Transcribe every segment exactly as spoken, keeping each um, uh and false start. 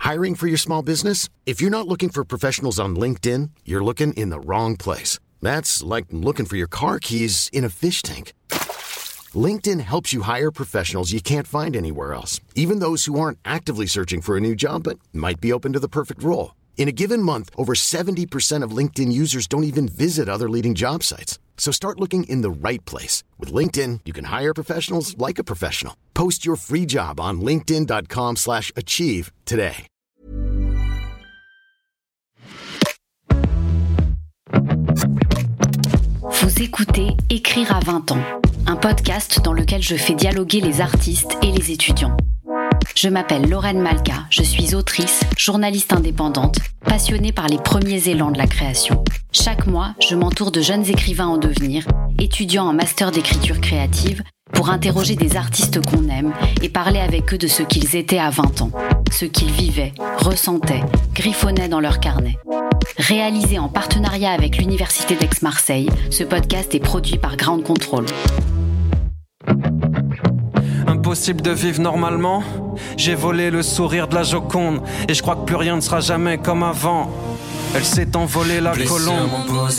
Hiring for your small business? If you're not looking for professionals on LinkedIn, you're looking in the wrong place. That's like looking for your car keys in a fish tank. LinkedIn helps you hire professionals you can't find anywhere else, even those who aren't actively searching for a new job but might be open to the perfect role. In a given month, over seventy percent of LinkedIn users don't even visit other leading job sites. So start looking in the right place. With LinkedIn, you can hire professionals like a professional. Post your free job on linkedin.com slash achieve today. Vous écoutez Écrire à vingt ans, un podcast dans lequel je fais dialoguer les artistes et les étudiants. Je m'appelle Lorraine Malka, je suis autrice, journaliste indépendante, passionnée par les premiers élans de la création. Chaque mois, je m'entoure de jeunes écrivains en devenir, étudiants en master d'écriture créative, pour interroger des artistes qu'on aime et parler avec eux de ce qu'ils étaient à vingt ans, ce qu'ils vivaient, ressentaient, griffonnaient dans leur carnet. Réalisé en partenariat avec l'Université d'Aix-Marseille, ce podcast est produit par Ground Control. Impossible de vivre normalement. J'ai volé le sourire de la Joconde et je crois que plus rien ne sera jamais comme avant. Elle s'est envolée la colombe.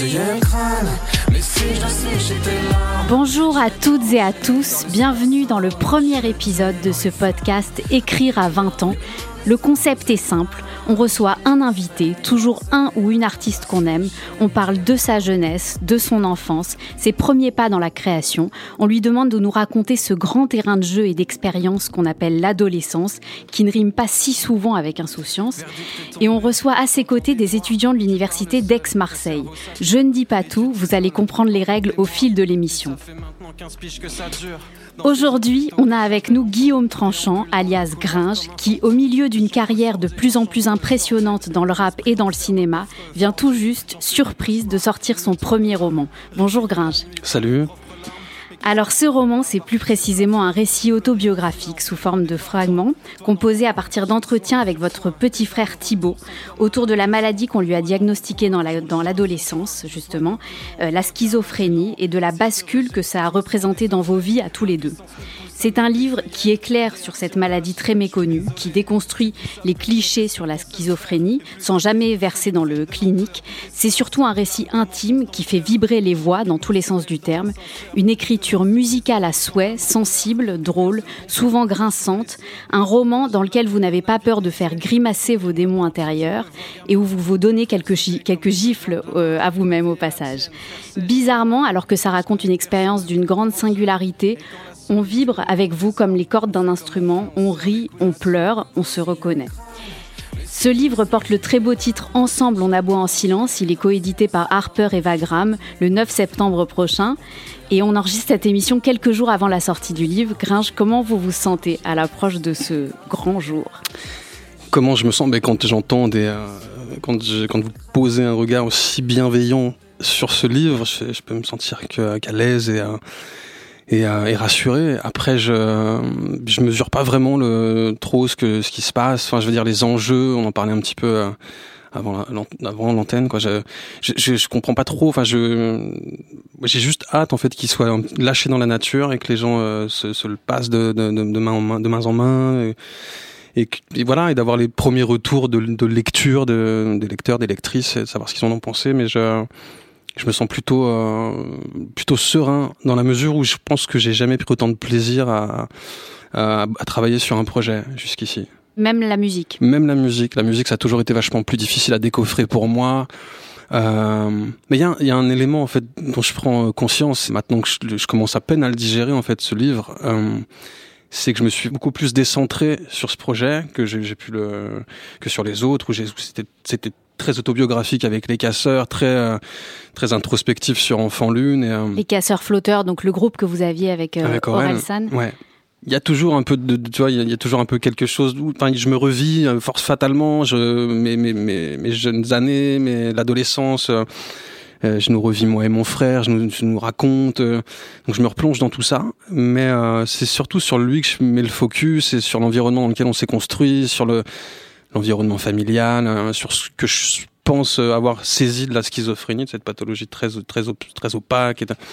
Bonjour à toutes et à tous, bienvenue dans le premier épisode de ce podcast Écrire à vingt ans. Le concept est simple, on reçoit un invité, toujours un ou une artiste qu'on aime, on parle de sa jeunesse, de son enfance, ses premiers pas dans la création, on lui demande de nous raconter ce grand terrain de jeu et d'expérience qu'on appelle l'adolescence, qui ne rime pas si souvent avec insouciance, et on reçoit à ses côtés des étudiants de l'Université d'Aix-Marseille. Je ne dis pas tout, vous allez comprendre les règles au fil de l'émission. Aujourd'hui, on a avec nous Guillaume Tranchant, alias Gringe, qui, au milieu d'une carrière de plus en plus impressionnante dans le rap et dans le cinéma, vient tout juste, surprise, de sortir son premier roman. Bonjour Gringe. Salut. Alors ce roman, c'est plus précisément un récit autobiographique sous forme de fragments, composé à partir d'entretiens avec votre petit frère Thibaut, autour de la maladie qu'on lui a diagnostiquée dans, la, dans l'adolescence, justement, euh, la schizophrénie, et de la bascule que ça a représenté dans vos vies à tous les deux. C'est un livre qui éclaire sur cette maladie très méconnue, qui déconstruit les clichés sur la schizophrénie, sans jamais verser dans le clinique. C'est surtout un récit intime qui fait vibrer les voix dans tous les sens du terme. Une écriture musicale à souhait, sensible, drôle, souvent grinçante. Un roman dans lequel vous n'avez pas peur de faire grimacer vos démons intérieurs et où vous vous donnez quelques, gi- quelques gifles euh, à vous-même au passage. Bizarrement, alors que ça raconte une expérience d'une grande singularité, on vibre avec vous comme les cordes d'un instrument, on rit, on pleure, on se reconnaît. Ce livre porte le très beau titre « Ensemble, on aboie en silence ». Il est coédité par Harper et Wagram le neuf septembre prochain. Et on enregistre cette émission quelques jours avant la sortie du livre. Gringe, comment vous vous sentez à l'approche de ce grand jour ? Comment je me sens ? ben, Quand j'entends des... Euh, quand, je, quand vous posez un regard aussi bienveillant sur ce livre, je, je peux me sentir que, qu'à l'aise et... Euh, Et, euh, et rassuré. Après, je je mesure pas vraiment le trop ce que ce qui se passe. Enfin, je veux dire les enjeux. On en parlait un petit peu euh, avant la, avant l'antenne. Quoi. Je, je je je comprends pas trop. Enfin, je j'ai juste hâte en fait qu'il soit lâché dans la nature et que les gens euh, se, se le passent de de de, de main en main, de main en main. Et, et, et voilà, et d'avoir les premiers retours de de lecture de des lecteurs, des lectrices, et de savoir ce qu'ils en ont pensé. Mais je Je me sens plutôt euh, plutôt serein dans la mesure où je pense que j'ai jamais pris autant de plaisir à, à, à travailler sur un projet jusqu'ici. Même la musique. Même la musique. La musique, ça a toujours été vachement plus difficile à décoffrer pour moi. Euh, mais il y a, y a un élément en fait dont je prends conscience maintenant que je, je commence à peine à le digérer en fait ce livre. Euh, c'est que je me suis beaucoup plus décentré sur ce projet que j'ai, j'ai pu le que sur les autres où j'ai, c'était c'était très autobiographique avec Les Casseurs, très euh, très introspectif sur Enfant Lune et euh, Les Casseurs Flotteurs, donc le groupe que vous aviez avec, euh, avec Orelsan. Ouais. Il y a toujours un peu de, de tu vois, il y, a, il y a toujours un peu quelque chose où, enfin, je me revis euh, force fatalement, je mes mes mes mes jeunes années, mes l'adolescence. Euh, Euh, je nous revis moi et mon frère, je nous, je nous raconte, euh, donc je me replonge dans tout ça, mais euh, c'est surtout sur lui que je mets le focus, et sur l'environnement dans lequel on s'est construit, sur le l'environnement familial, euh, sur ce que je pense avoir saisi de la schizophrénie, de cette pathologie très très très opaque. Et de...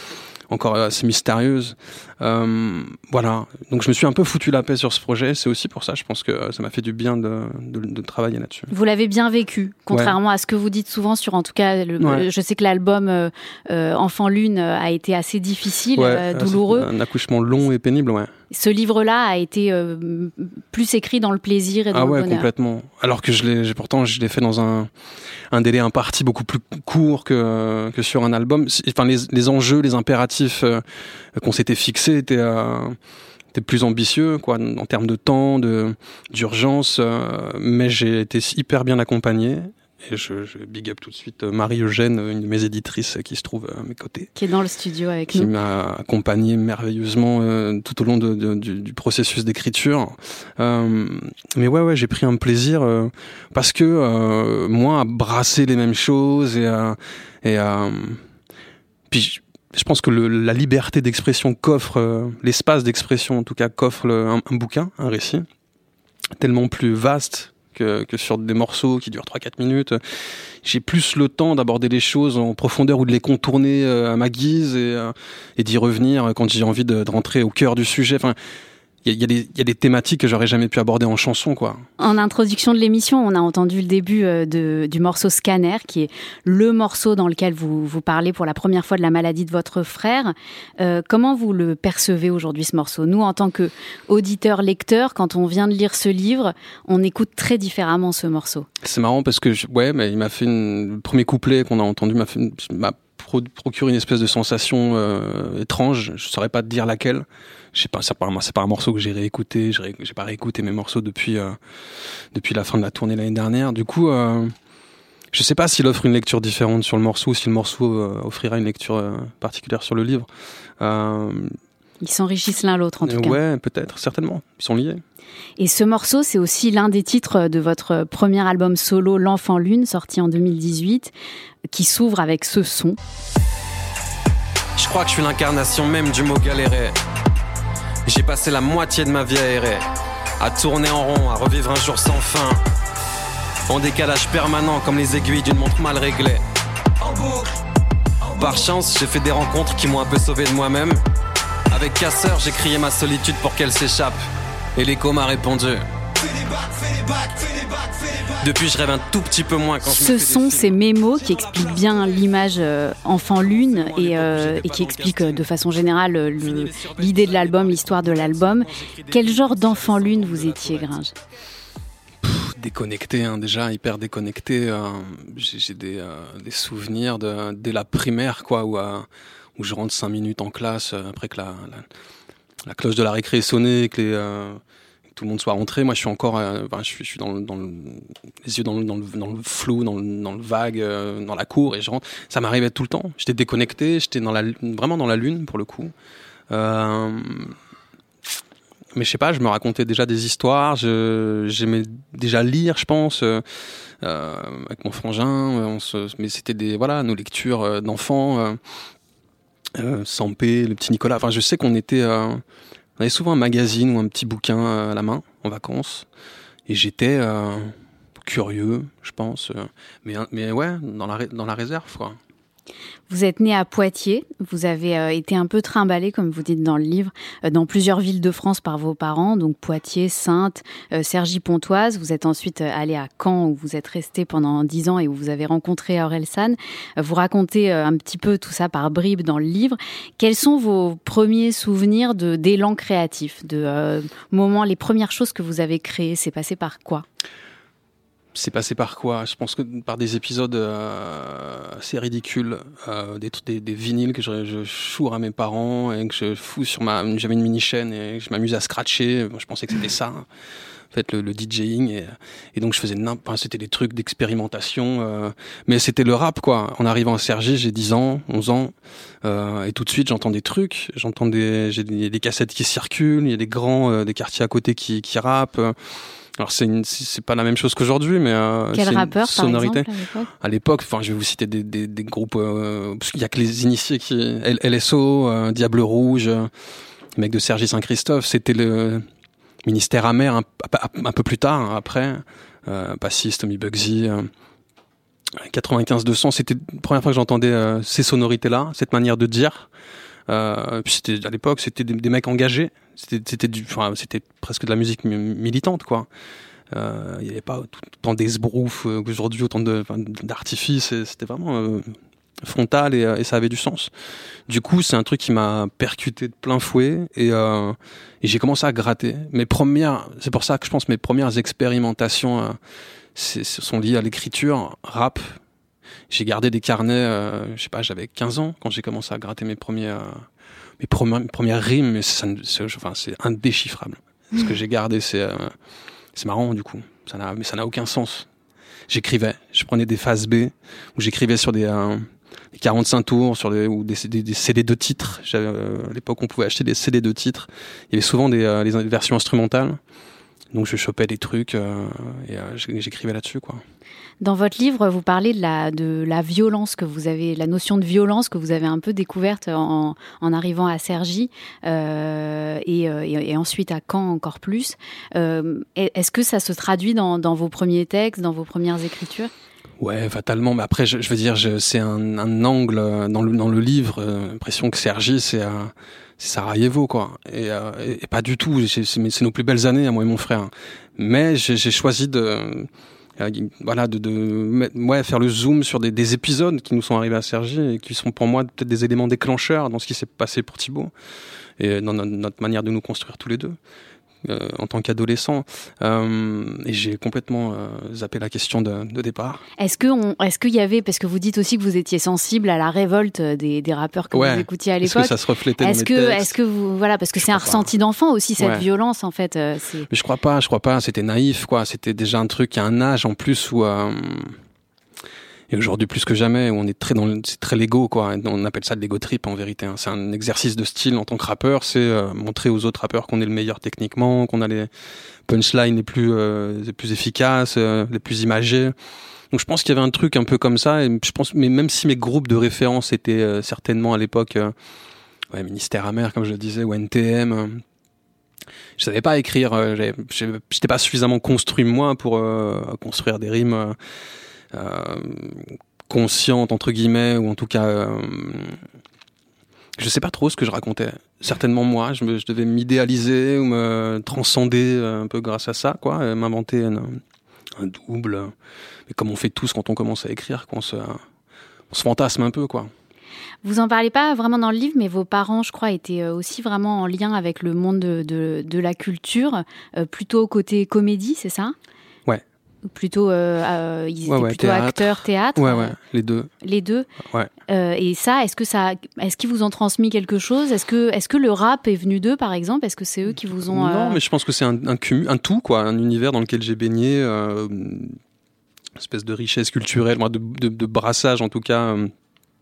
encore assez mystérieuse. Euh, voilà. Donc je me suis un peu foutu la paix sur ce projet. C'est aussi pour ça, je pense que ça m'a fait du bien de, de, de travailler là-dessus. Vous l'avez bien vécu, contrairement ouais. à ce que vous dites souvent sur, en tout cas, le, ouais. je sais que l'album euh, euh, Enfant Lune a été assez difficile, ouais, euh, douloureux. Un accouchement long et pénible, ouais. Ce livre-là a été euh, plus écrit dans le plaisir et dans ah le ouais, bonheur. Ah ouais, complètement. Alors que je l'ai, j'ai, pourtant, je l'ai fait dans un, un délai imparti beaucoup plus court que, que sur un album. Enfin, les, les enjeux, les impératifs euh, qu'on s'était fixés étaient, euh, étaient plus ambitieux, quoi, en termes de temps, de, d'urgence. Euh, mais j'ai été hyper bien accompagné. Et je, je big up tout de suite Marie-Eugène, une de mes éditrices qui se trouve à mes côtés. Qui est dans le studio avec qui nous. Qui m'a accompagné merveilleusement euh, tout au long de, de, du, du processus d'écriture. Euh, mais ouais, ouais, j'ai pris un plaisir euh, parce que euh, moi, à brasser les mêmes choses et à... Et à puis je, je pense que le, la liberté d'expression qu'offre, euh, l'espace d'expression en tout cas qu'offre le, un, un bouquin, un récit, tellement plus vaste Que, que sur des morceaux qui durent trois à quatre minutes. J'ai plus le temps d'aborder les choses en profondeur ou de les contourner euh, à ma guise et, euh, et d'y revenir quand j'ai envie de, de rentrer au cœur du sujet. Enfin, il y, y, y a des thématiques que j'aurais jamais pu aborder en chanson, quoi. En introduction de l'émission, on a entendu le début de, du morceau Scanner, qui est le morceau dans lequel vous, vous parlez pour la première fois de la maladie de votre frère. Euh, comment vous le percevez aujourd'hui, ce morceau ? Nous, en tant qu'auditeurs, lecteurs, quand on vient de lire ce livre, on écoute très différemment ce morceau. C'est marrant parce que, je, ouais, mais il m'a fait une, le premier couplet qu'on a entendu m'a, fait une, m'a pro, procuré une espèce de sensation euh, étrange. Je saurais pas te dire laquelle. Je sais pas, c'est pas, c'est pas un morceau que j'ai réécouté. J'ai, ré, j'ai pas réécouté mes morceaux depuis euh, depuis la fin de la tournée l'année dernière. Du coup, euh, je sais pas s'il offre une lecture différente sur le morceau, si le morceau euh, offrira une lecture euh, particulière sur le livre. Euh, Ils s'enrichissent l'un l'autre, en tout euh, cas. Ouais, peut-être, certainement. Ils sont liés. Et ce morceau, c'est aussi l'un des titres de votre premier album solo, L'Enfant Lune, sorti en deux mille dix-huit, qui s'ouvre avec ce son. Je crois que je suis l'incarnation même du mot galérer. J'ai passé la moitié de ma vie à errer, à tourner en rond, à revivre un jour sans fin, en décalage permanent comme les aiguilles d'une montre mal réglée. Par chance, j'ai fait des rencontres qui m'ont un peu sauvé de moi-même. Avec Casseur, j'ai crié ma solitude pour qu'elle s'échappe, et l'écho m'a répondu. Depuis, je rêve un tout petit peu moins quand je me fais Ce sont ces mémos qui expliquent bien l'image euh, Enfant Lune et, euh, et qui expliquent euh, de façon générale le, l'idée de l'album, l'histoire de l'album. Quel genre d'Enfant Lune vous étiez, Gringe ? Pff, déconnecté, hein, déjà, hyper déconnecté. Euh, j'ai j'ai des, euh, des souvenirs de, dès la primaire, quoi, où, euh, où je rentre cinq minutes en classe euh, après que la, la, la cloche de la récré est sonnée et que les... Euh, tout le monde soit rentré. Moi, je suis encore, euh, enfin, je suis, je suis dans, le, dans le, les yeux dans le, dans le, dans le flou, dans le, dans le vague, euh, dans la cour, et je rentre. Ça m'arrivait tout le temps. J'étais déconnecté, j'étais dans la, vraiment dans la lune pour le coup. Euh, mais je sais pas, je me racontais déjà des histoires. Je, j'aimais déjà lire, je pense, euh, euh, avec mon frangin. On se, mais c'était des, voilà, nos lectures d'enfants. Euh, euh, Sampé, le petit Nicolas. Enfin, je sais qu'on était. Euh, On avait souvent un magazine ou un petit bouquin à la main, en vacances. Et j'étais euh, curieux, je pense. Mais, mais ouais, dans la, dans la réserve, quoi. Vous êtes né à Poitiers, vous avez euh, été un peu trimballé, comme vous dites dans le livre, euh, dans plusieurs villes de France par vos parents, donc Poitiers, Saintes, euh, Cergy-Pontoise. Vous êtes ensuite euh, allé à Caen, où vous êtes resté pendant dix ans et où vous avez rencontré Orelsan. Euh, vous racontez euh, un petit peu tout ça par bribes dans le livre. Quels sont vos premiers souvenirs de, d'élan créatif, de euh, moments, les premières choses que vous avez créées? C'est passé par quoi ? C'est passé par quoi ? Je pense que par des épisodes euh, assez ridicules, euh, des, des, des vinyles que je, je choure à mes parents et que je fous sur ma... J'avais une mini-chaîne et que je m'amuse à scratcher. Je pensais que c'était ça, en fait, le, le DJing. Et, et donc je faisais... Enfin, c'était des trucs d'expérimentation. Euh, mais c'était le rap, quoi. En arrivant à Cergy, j'ai dix ans, onze ans. Euh, et tout de suite, j'entends des trucs. J'entends des... J'ai des, des cassettes qui circulent. Il y a des grands, euh, des quartiers à côté qui, qui rappent. Alors c'est une, c'est pas la même chose qu'aujourd'hui, mais euh, quel c'est rappeur, une sonorité. par exemple, à l'époque, enfin, je vais vous citer des, des, des groupes, euh, parce qu'il y a que les initiés qui, L- LSO, euh, Diable Rouge, euh, les mecs de Cergy-Saint-Christophe. C'était le Ministère Amer un, un, un peu plus tard, hein, après, euh, Bassiste, Tommy Bugsy. Euh, quatre-vingt-quinze deux cents, c'était la première fois que j'entendais euh, ces sonorités-là, cette manière de dire. Euh, puis c'était à l'époque, c'était des, des mecs engagés. C'était, c'était du, enfin, c'était presque de la musique militante, quoi. Il euh, n'y avait pas autant d'esbrouf qu'aujourd'hui, autant de, enfin, d'artifices. C'était vraiment euh, frontal et, et ça avait du sens. Du coup, c'est un truc qui m'a percuté de plein fouet et, euh, et j'ai commencé à gratter. Mes premières, c'est pour ça que je pense mes premières expérimentations euh, c'est, sont liées à l'écriture, rap. J'ai gardé des carnets, euh, je sais pas, j'avais quinze ans quand j'ai commencé à gratter mes premiers, euh, mes premières, mes premières rimes, mais ça, c'est, enfin, c'est indéchiffrable. Ce que j'ai gardé, c'est, euh, c'est marrant du coup, ça n'a, mais ça n'a aucun sens. J'écrivais, je prenais des phases B où j'écrivais sur des, euh, des quarante-cinq tours, sur des, ou des, des, des C D de titres. J'avais, euh, à l'époque, on pouvait acheter des C D de titres. Il y avait souvent des, euh, des versions instrumentales. Donc je chopais des trucs euh, et euh, j'écrivais là-dessus, quoi. Dans votre livre, vous parlez de la, de la violence que vous avez, la notion de violence que vous avez un peu découverte en, en arrivant à Cergy euh, et, et, et ensuite à Caen encore plus. Euh, est-ce que ça se traduit dans, dans vos premiers textes, dans vos premières écritures ? Ouais, fatalement. Mais après, je, je veux dire, je, c'est un, un angle dans le, dans le livre. Euh, l'impression que Cergy, c'est, euh, c'est Sarajevo, quoi. Et, euh, et, et pas du tout. C'est, c'est, c'est nos plus belles années, à moi et mon frère. Mais j'ai, j'ai choisi de... Euh, voilà, de, de ouais, faire le zoom sur des, des épisodes qui nous sont arrivés à Cergy et qui sont pour moi peut-être des éléments déclencheurs dans ce qui s'est passé pour Thibaut et dans notre, notre manière de nous construire tous les deux euh, en tant qu'adolescents. Euh, et j'ai complètement euh, zappé la question de, de départ. Est-ce que on, est-ce qu'il y avait, parce que vous dites aussi que vous étiez sensible à la révolte des, des rappeurs que ouais, vous écoutiez à l'époque. Est-ce que ça se reflétait est-ce dans mes que, textes ? Est-ce que vous, voilà, parce que je c'est un ressenti d'enfant aussi, cette ouais. violence en fait. Euh, c'est... Mais je crois pas, je crois pas. C'était naïf, quoi. C'était déjà un truc, à un âge en plus où. Euh, Et aujourd'hui plus que jamais, où on est très dans le, c'est très l'ego, quoi. On appelle ça de l'ego trip, en vérité. Hein. C'est un exercice de style en tant que rappeur, c'est euh, montrer aux autres rappeurs qu'on est le meilleur techniquement, qu'on a les punchlines les plus, euh, les plus efficaces, euh, les plus imagées. Donc je pense qu'il y avait un truc un peu comme ça. Et je pense, mais même si mes groupes de référence étaient euh, certainement à l'époque, euh, ouais, Ministère Amer, comme je le disais, ou N T M. Euh, je savais pas écrire. Euh, j'étais pas suffisamment construit moi pour euh, construire des rimes. Euh, Euh, consciente entre guillemets, ou en tout cas euh, je sais pas trop ce que je racontais, certainement moi je, me, je devais m'idéaliser ou me transcender un peu grâce à ça, quoi, euh, m'inventer un, un double, mais comme on fait tous quand on commence à écrire, qu'on se, on se fantasme un peu, quoi. Vous en parlez pas vraiment dans le livre, mais vos parents, je crois, étaient aussi vraiment en lien avec le monde de, de, de la culture, euh, plutôt côté comédie, c'est ça ? Ouais. Plutôt, euh, euh, ils étaient ouais, ouais, plutôt théâtre. acteurs, théâtre. Ouais, ouais, les deux. Les deux. Ouais. Euh, et ça, est-ce que ça, est-ce qu'ils vous ont transmis quelque chose ? Est-ce que, est-ce que le rap est venu d'eux, par exemple ? Est-ce que c'est eux qui vous ont... Euh... Non, mais je pense que c'est un, un, cumul, un tout, quoi, un univers dans lequel j'ai baigné, euh, une espèce de richesse culturelle, de, de, de brassage en tout cas. Euh,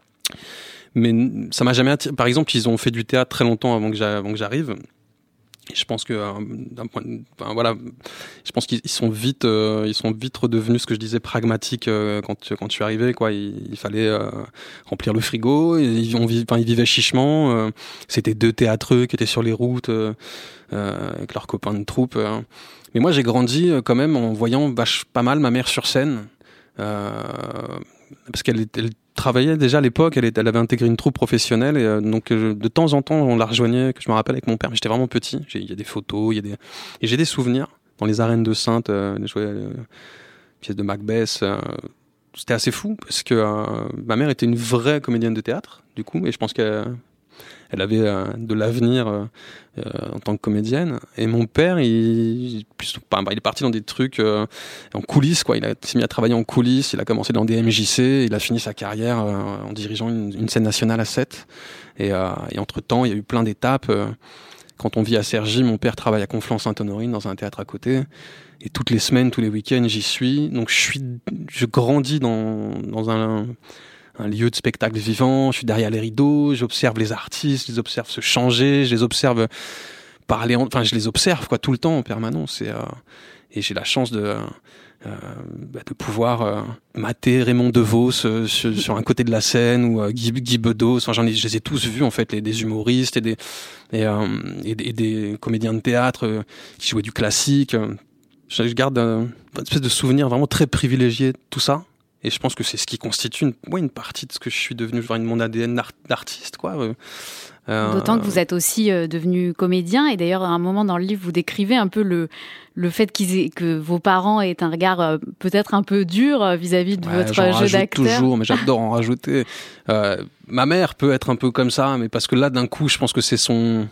mais ça m'a jamais attiré. Par exemple, ils ont fait du théâtre très longtemps avant que, j'a, avant que j'arrive. Et je pense que euh, d'un point de, enfin, voilà, je pense qu'ils sont vite euh, ils sont vite redevenus ce que je disais pragmatiques euh, quand quand je suis arrivé, quoi. Il, il fallait euh, remplir le frigo, et ils on enfin, ils vivaient chichement, euh, c'était deux théâtreux qui étaient sur les routes euh, euh, avec leurs copains de troupe, euh. Mais moi j'ai grandi euh, quand même en voyant vache pas mal ma mère sur scène, euh, parce qu'elle elle travaillait déjà à l'époque, elle, elle avait intégré une troupe professionnelle, et euh, donc euh, de temps en temps on la rejoignait, que je me rappelle avec mon père, mais j'étais vraiment petit, il y a des photos, il y a des... et j'ai des souvenirs dans les arènes de Saintes, euh, les jouets, euh, pièces de Macbeth, euh, c'était assez fou, parce que euh, ma mère était une vraie comédienne de théâtre, du coup, et je pense qu'elle elle avait euh, de l'avenir euh, euh, en tant que comédienne, et mon père il, plus, bah, il est parti dans des trucs euh, en coulisses, quoi. Il a, s'est mis à travailler en coulisses, il a commencé dans des M J C, il a fini sa carrière euh, en dirigeant une, une scène nationale à sept, et, euh, et entre temps il y a eu plein d'étapes. Euh, quand on vit à Cergy, mon père travaille à Conflans-Sainte-Honorine dans un théâtre à côté, et toutes les semaines, tous les week-ends j'y suis, donc je suis je grandis dans, dans un un lieu de spectacle vivant, je suis derrière les rideaux, j'observe les artistes, je les observe se changer, je les observe parler, en... enfin je les observe, quoi, tout le temps en permanence, et, euh, et j'ai la chance de, euh, bah, de pouvoir euh, mater Raymond DeVos euh, sur, sur un côté de la scène, ou euh, Guy, Guy Bedos, enfin, j'en ai, je les ai tous vus en fait, les, des humoristes et des, et, euh, et, et des comédiens de théâtre euh, qui jouaient du classique. Je, je garde euh, une espèce de souvenir vraiment très privilégié de tout ça. Et je pense que c'est ce qui constitue une, ouais, une partie de ce que je suis devenu, genre mon A D N d'artiste, quoi. Euh, D'autant que vous êtes aussi euh, devenu comédien, et d'ailleurs à un moment dans le livre vous décrivez un peu le, le fait qu'ils aient, que vos parents aient un regard euh, peut-être un peu dur euh, vis-à-vis de ouais, votre jeu d'acteur. Toujours, mais j'adore en rajouter. Euh, ma mère peut être un peu comme ça, mais parce que là d'un coup je pense que c'est son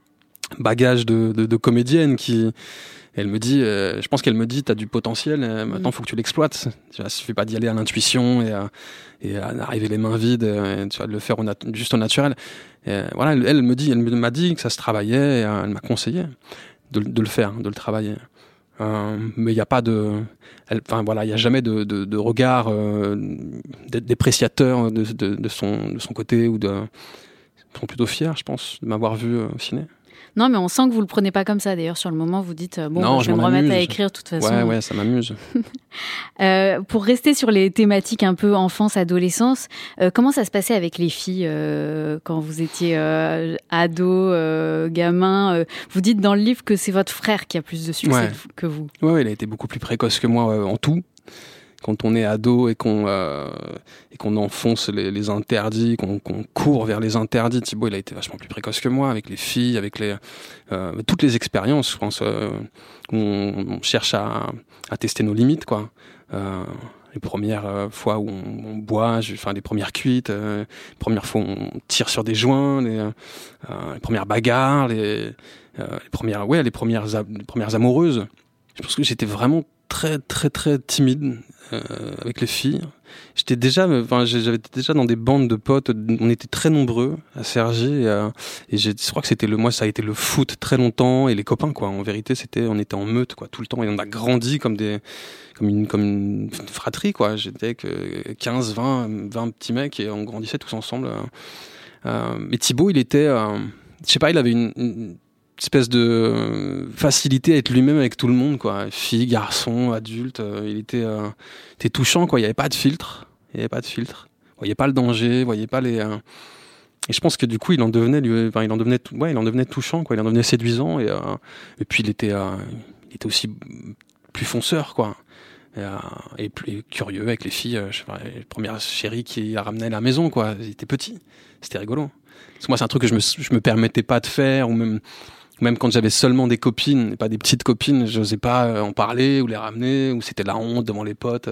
bagage de, de, de comédienne qui... Elle me dit, euh, je pense qu'elle me dit, t'as du potentiel, euh, maintenant il faut que tu l'exploites. Tu vois, il suffit pas d'y aller à l'intuition et, à, et à arriver les mains vides, et, tu vois, de le faire au nat- juste au naturel. Et, voilà, elle, elle me dit, elle m'a dit que ça se travaillait, et euh, elle m'a conseillé de, de le faire, de le travailler. Euh, mais il y a pas de, enfin voilà, il y a jamais de, de, de regard euh, dépréciateur de, de, de son, de son côté ou de, ils sont plutôt fiers, je pense, de m'avoir vu euh, au ciné. Non, mais on sent que vous le prenez pas comme ça. D'ailleurs, sur le moment, vous dites bon, non, bah, je vais me remettre amuse. à écrire de toute façon. Ouais, ouais, ça m'amuse. euh, pour rester sur les thématiques un peu enfance, adolescence, euh, comment ça se passait avec les filles euh, quand vous étiez euh, ado, euh, gamin euh, Vous dites dans le livre que c'est votre frère qui a plus de succès ouais. que vous. Ouais, ouais, il a été beaucoup plus précoce que moi euh, en tout. Quand on est ado et qu'on euh, et qu'on enfonce les, les interdits, qu'on, qu'on court vers les interdits, Thibaut il a été vachement plus précoce que moi avec les filles, avec les euh, toutes les expériences. Je pense euh, on, on cherche à, à tester nos limites, quoi. Euh, les premières euh, fois où on, on boit, enfin les premières cuites, euh, les premières fois où on tire sur des joints, les, euh, les premières bagarres, les, euh, les premières ouais les premières les premières amoureuses. Je pense que j'étais vraiment très très très timide euh, avec les filles. J'étais déjà, enfin j'avais déjà dans des bandes de potes. On était très nombreux à Cergy et, euh, et j'ai, je crois que c'était le, moi ça a été le foot très longtemps et les copains, quoi. En vérité, c'était, on était en meute, quoi, tout le temps et on a grandi comme des, comme une, comme une fratrie, quoi. J'étais avec quinze, vingt, vingt petits mecs et on grandissait tous ensemble. Euh, mais Thibaut, il était, euh, je sais pas, il avait une, une espèce de facilité à être lui-même avec tout le monde, quoi. Filles, garçons, adultes, euh, il était, euh, était touchant, quoi. Il n'y avait pas de filtre, il n'y avait pas de filtre. Vous voyez pas le danger, vous voyez pas les. Euh... Et je pense que du coup, il en devenait, lui, enfin, il en devenait, ouais, il en devenait touchant, quoi. Il en devenait séduisant et, euh, et puis il était, euh, il était aussi plus fonceur, quoi. Et, euh, et plus curieux avec les filles. Euh, je sais pas, les premières chéries qui la ramenaient à la maison, quoi. Il était petit, c'était rigolo. Parce que moi, c'est un truc que je me, je me permettais pas de faire, ou même. Même quand j'avais seulement des copines, et pas des petites copines, je n'osais pas en parler ou les ramener, ou c'était la honte devant les potes.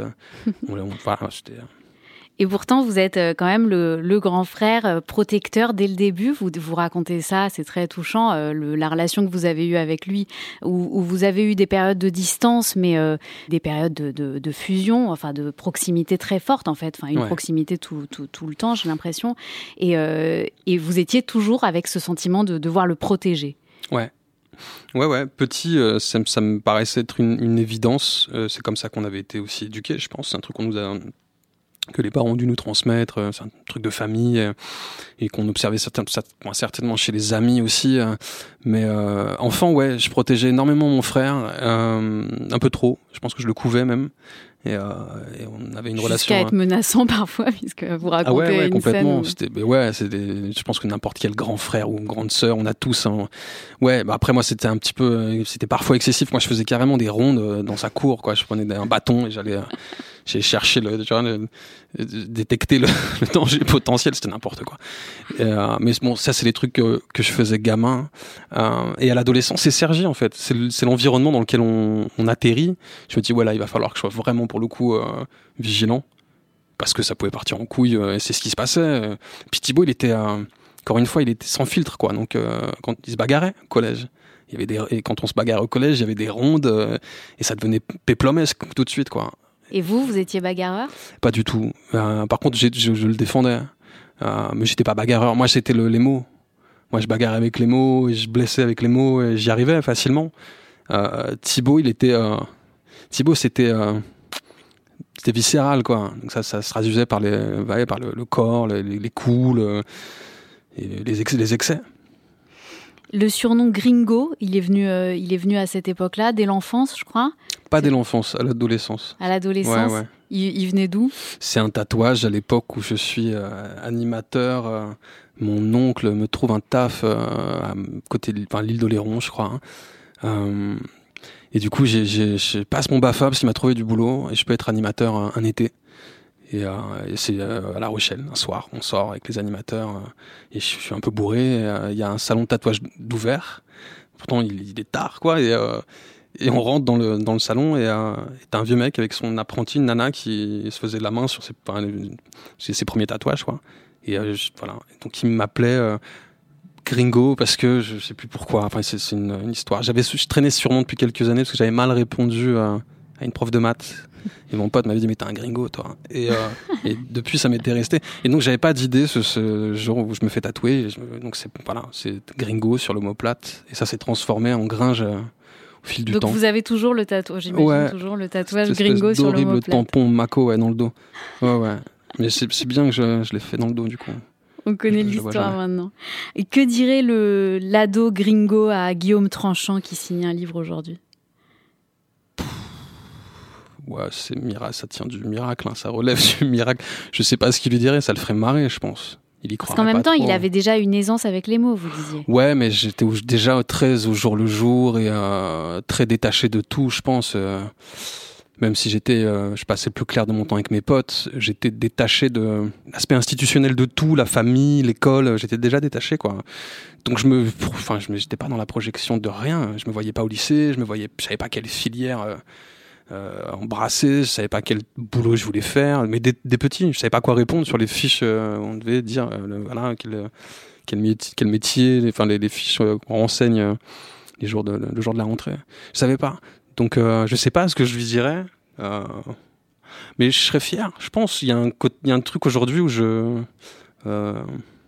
Voilà, c'était... Et pourtant, vous êtes quand même le, le grand frère protecteur dès le début. Vous vous racontez ça, c'est très touchant, euh, le, la relation que vous avez eue avec lui, où, où vous avez eu des périodes de distance, mais euh, des périodes de, de, de fusion, enfin de proximité très forte en fait, enfin une ouais. proximité tout, tout, tout le temps, j'ai l'impression. Et, euh, et vous étiez toujours avec ce sentiment de devoir le protéger. Ouais. Ouais, ouais, petit, euh, ça, ça me paraissait être une, une évidence. Euh, c'est comme ça qu'on avait été aussi éduqués, je pense. C'est un truc qu'on nous a, que les parents ont dû nous transmettre. Euh, c'est un truc de famille euh, et qu'on observait certain, certainement, certainement chez les amis aussi. Euh, mais euh, enfant, ouais, je protégeais énormément mon frère, euh, un peu trop. Je pense que je le couvais même. Et, euh, et on avait une Jusqu'à relation. Jusqu'à être menaçant parfois, puisque vous racontez ah ouais, ouais, une complètement. scène. Où... C'était, mais ouais, c'était, je pense que n'importe quel grand frère ou grande sœur, on a tous. Hein. Ouais, bah après moi c'était un petit peu, c'était parfois excessif. Moi je faisais carrément des rondes dans sa cour, quoi. Je prenais un bâton et j'allais, j'ai cherché le, tu vois, le, détecter le, le danger potentiel. C'était n'importe quoi. Et, euh, mais bon, ça c'est les trucs que, que je faisais gamin. Euh, et à l'adolescence, c'est Cergy en fait. C'est, c'est l'environnement dans lequel on, on atterrit. Je me dis voilà, il va falloir que je sois vraiment pour le coup euh, vigilant parce que ça pouvait partir en couille euh, et c'est ce qui se passait. Puis Thibaut il était euh, encore une fois il était sans filtre, quoi. Donc euh, quand il se bagarrait au collège, il y avait des, et quand on se bagarrait au collège il y avait des rondes euh, et ça devenait péplomesque tout de suite, quoi. Et vous vous étiez bagarreur? Pas du tout. Euh, par contre j'ai, je, je le défendais, euh, mais j'étais pas bagarreur. Moi c'était le, les mots. Moi je bagarrais avec les mots et je blessais avec les mots et j'y arrivais facilement. euh, Thibaut il était euh, Thibaut c'était euh, c'était viscéral, quoi. Donc ça, ça se traduisait par les, ouais, par le, le corps, les, les coups, le, et les, ex, les excès. Le surnom Gringo, il est venu, euh, il est venu à cette époque-là, dès l'enfance, je crois. Pas dès l'enfance, à l'adolescence. À l'adolescence. Ouais, ouais. Il, il venait d'où? C'est un tatouage à l'époque où je suis euh, animateur. Euh, mon oncle me trouve un taf euh, à côté de enfin, l'île d'Oléron, je crois. Hein. Euh, Et du coup, j'ai, j'ai, je passe mon BAFA parce qu'il m'a trouvé du boulot et je peux être animateur un, un été. Et, euh, et c'est euh, à La Rochelle, un soir, on sort avec les animateurs, euh, et je suis un peu bourré, il euh, y a un salon de tatouage d'ouvert, pourtant il, il est tard, quoi, et, euh, et on rentre dans le, dans le salon, et euh, t'as un vieux mec avec son apprenti, une nana, qui se faisait la main sur ses, enfin, ses, ses premiers tatouages, quoi. Et euh, je, voilà, donc il m'appelait euh, Gringo, parce que je sais plus pourquoi, enfin c'est, c'est une, une histoire. J'avais, je traînais sûrement depuis quelques années, parce que j'avais mal répondu à, à une prof de maths. Et mon pote m'avait dit mais t'es un gringo toi. Et, euh, et depuis ça m'était resté. Et donc j'avais pas d'idée ce, ce jour où je me fais tatouer. Et je me, donc c'est voilà, c'est gringo sur l'omoplate. Et ça s'est transformé en gringe euh, au fil du donc temps. Donc vous avez toujours le tatouage, j'imagine ouais, toujours le tatouage gringo sur l'omoplate. Horrible tampon Mako ouais, dans le dos. Ouais ouais. Mais c'est, c'est bien que je, je l'ai fait dans le dos du coup. On connaît je, l'histoire je maintenant. Et que dirait le l'ado gringo à Guillaume Tranchant qui signe un livre aujourd'hui? Ouais, c'est miracle, ça tient du miracle, hein, ça relève du miracle. Je sais pas ce qu'il lui dirait, ça le ferait marrer, je pense. Il y croirait Parce qu'en même temps, trop. Il avait déjà une aisance avec les mots, vous disiez. Ouais, mais j'étais déjà très au jour le jour et euh, très détaché de tout, je pense. Euh, même si j'étais, euh, je passais plus clair de mon temps avec mes potes, j'étais détaché de l'aspect institutionnel de tout, la famille, l'école. J'étais déjà détaché, quoi. Donc je me, enfin, je me, j'étais pas dans la projection de rien. Je me voyais pas au lycée, je me voyais, je savais pas quelle filière. Euh, Euh, embrasser, je savais pas quel boulot je voulais faire, mais des, des petits, je savais pas quoi répondre sur les fiches, euh, on devait dire, euh, le, voilà, quel, quel métier, quel métier, enfin les, les fiches euh, qu'on renseigne euh, les jours de, le, le jour de la rentrée. Je savais pas, donc euh, je sais pas ce que je lui dirais, euh, mais je serais fier. Je pense, il y a un, il y a un truc aujourd'hui où je, euh,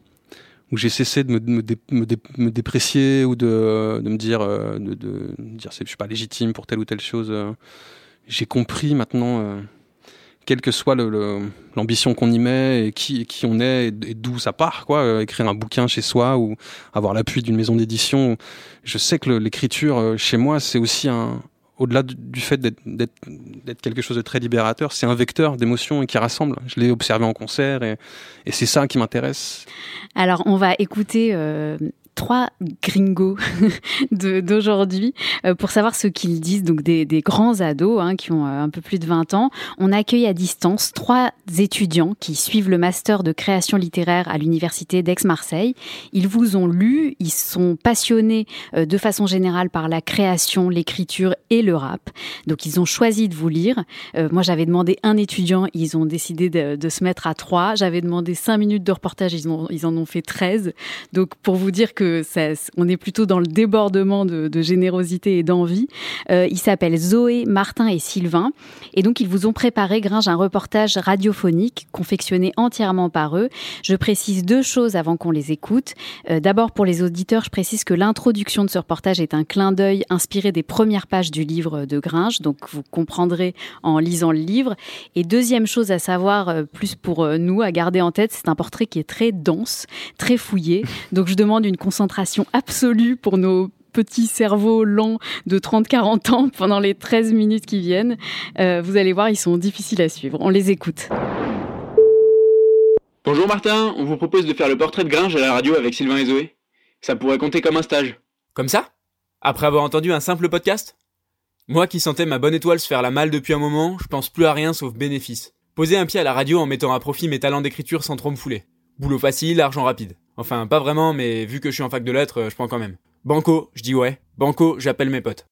où j'ai cessé de me, me, dé, me, dé, me déprécier ou de, de me dire, euh, de, de, de dire, c'est, je suis pas légitime pour telle ou telle chose. Euh, J'ai compris maintenant, euh, quelle que soit le, le, l'ambition qu'on y met et qui, qui on est et, et d'où ça part, quoi. Euh, écrire un bouquin chez soi ou avoir l'appui d'une maison d'édition. Je sais que le, l'écriture euh, chez moi, c'est aussi un, au-delà du, du fait d'être, d'être, d'être quelque chose de très libérateur, c'est un vecteur d'émotions et qui rassemble. Je l'ai observé en concert et, et c'est ça qui m'intéresse. Alors, on va écouter... Euh... trois gringos de, d'aujourd'hui euh, pour savoir ce qu'ils disent, donc des, des grands ados hein, qui ont euh, un peu plus de vingt ans. On accueille à distance trois étudiants qui suivent le master de création littéraire à l'université d'Aix-Marseille. Ils vous ont lu, ils sont passionnés euh, de façon générale par la création, l'écriture et le rap. Donc ils ont choisi de vous lire. Euh, moi j'avais demandé un étudiant, ils ont décidé de, de se mettre à trois. J'avais demandé cinq minutes de reportage, ils, ont, ils en ont fait treize. Donc pour vous dire que que ça, on est plutôt dans le débordement de, de générosité et d'envie. Euh, ils s'appellent Zoé, Martin et Sylvain. Et donc, ils vous ont préparé, Gringe, un reportage radiophonique confectionné entièrement par eux. Je précise deux choses avant qu'on les écoute. Euh, d'abord, pour les auditeurs, je précise que l'introduction de ce reportage est un clin d'œil inspiré des premières pages du livre de Gringe. Donc, vous comprendrez en lisant le livre. Et deuxième chose à savoir, euh, plus pour euh, nous, à garder en tête, c'est un portrait qui est très dense, très fouillé. Donc, je demande une concentration absolue pour nos petits cerveaux lents de trente à quarante ans pendant les treize minutes qui viennent. Euh, vous allez voir, ils sont difficiles à suivre. On les écoute. Bonjour Martin, on vous propose de faire le portrait de Gringe à la radio avec Sylvain et Zoé. Ça pourrait compter comme un stage. Comme ça ? Après avoir entendu un simple podcast ? Moi qui sentais ma bonne étoile se faire la malle depuis un moment, je pense plus à rien sauf bénéfice. Poser un pied à la radio en mettant à profit mes talents d'écriture sans trop me fouler. Boulot facile, argent rapide. Enfin, pas vraiment, mais vu que je suis en fac de lettres, je prends quand même. Banco, je dis ouais. Banco, j'appelle mes potes.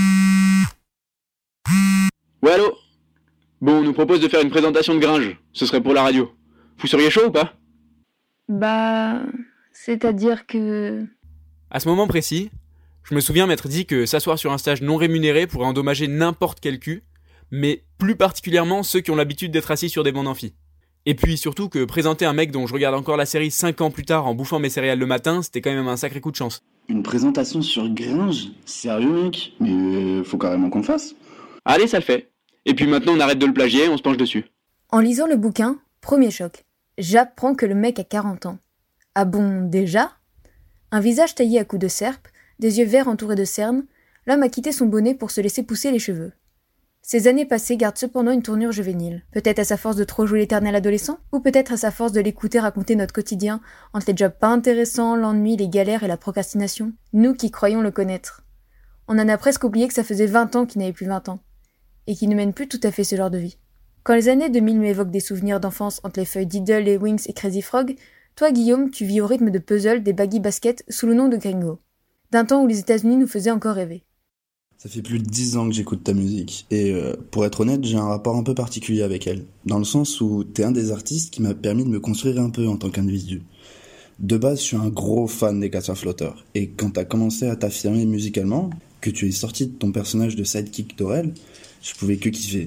Ouais, allô ? Bon, on nous propose de faire une présentation de Gringe. Ce serait pour la radio. Vous seriez chaud ou pas ? Bah... c'est-à-dire que... À ce moment précis, je me souviens m'être dit que s'asseoir sur un stage non rémunéré pourrait endommager n'importe quel cul, mais plus particulièrement ceux qui ont l'habitude d'être assis sur des bancs d'amphi. Et puis surtout que présenter un mec dont je regarde encore la série cinq ans plus tard en bouffant mes céréales le matin, c'était quand même un sacré coup de chance. Une présentation sur Gringe ? Sérieux mec ? Mais euh, faut carrément qu'on le fasse. Allez, ça le fait. Et puis maintenant on arrête de le plagier, on se penche dessus. En lisant le bouquin, premier choc. J'apprends que le mec a quarante ans. Ah bon, déjà ? Un visage taillé à coups de serpe, des yeux verts entourés de cernes, l'homme a quitté son bonnet pour se laisser pousser les cheveux. Ces années passées gardent cependant une tournure juvénile. Peut-être à sa force de trop jouer l'éternel adolescent, ou peut-être à sa force de l'écouter raconter notre quotidien, entre les jobs pas intéressants, l'ennui, les galères et la procrastination. Nous qui croyons le connaître. On en a presque oublié que ça faisait vingt ans qu'il n'avait plus vingt ans. Et qu'il ne mène plus tout à fait ce genre de vie. Quand les années deux mille m'évoquent des souvenirs d'enfance entre les feuilles Diddle et Wings et Crazy Frog, toi Guillaume, tu vis au rythme de puzzle des baggy baskets sous le nom de Gringo. D'un temps où les États-Unis nous faisaient encore rêver. Ça fait plus de dix ans que j'écoute ta musique, et euh, pour être honnête, j'ai un rapport un peu particulier avec elle, dans le sens où t'es un des artistes qui m'a permis de me construire un peu en tant qu'individu. De base, je suis un gros fan des Casseurs Flotteurs, et quand t'as commencé à t'affirmer musicalement, que tu es sorti de ton personnage de sidekick d'Aurel, je pouvais que kiffer.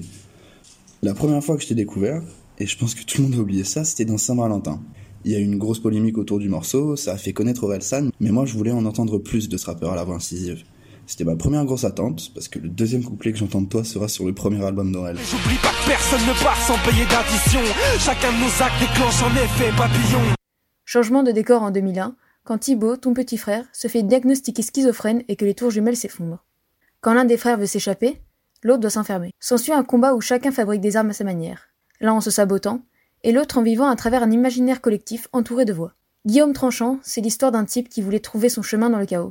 La première fois que je t'ai découvert, et je pense que tout le monde a oublié ça, c'était dans Saint-Valentin. Il y a eu une grosse polémique autour du morceau, ça a fait connaître Orelsan, mais moi je voulais en entendre plus de ce rappeur à la voix incisive. C'était ma première grosse attente, parce que le deuxième couplet que j'entends de toi sera sur le premier album d'Aurel. J'oublie pas que personne ne part sans payer d'addition. Chacun de nos actes déclenche un effet papillon. Changement de décor en deux mille un, quand Thibaut, ton petit frère, se fait diagnostiquer schizophrène et que les tours jumelles s'effondrent. Quand l'un des frères veut s'échapper, l'autre doit s'enfermer. S'ensuit un combat où chacun fabrique des armes à sa manière, l'un en se sabotant, et l'autre en vivant à travers un imaginaire collectif entouré de voix. Guillaume Tranchant, c'est l'histoire d'un type qui voulait trouver son chemin dans le chaos.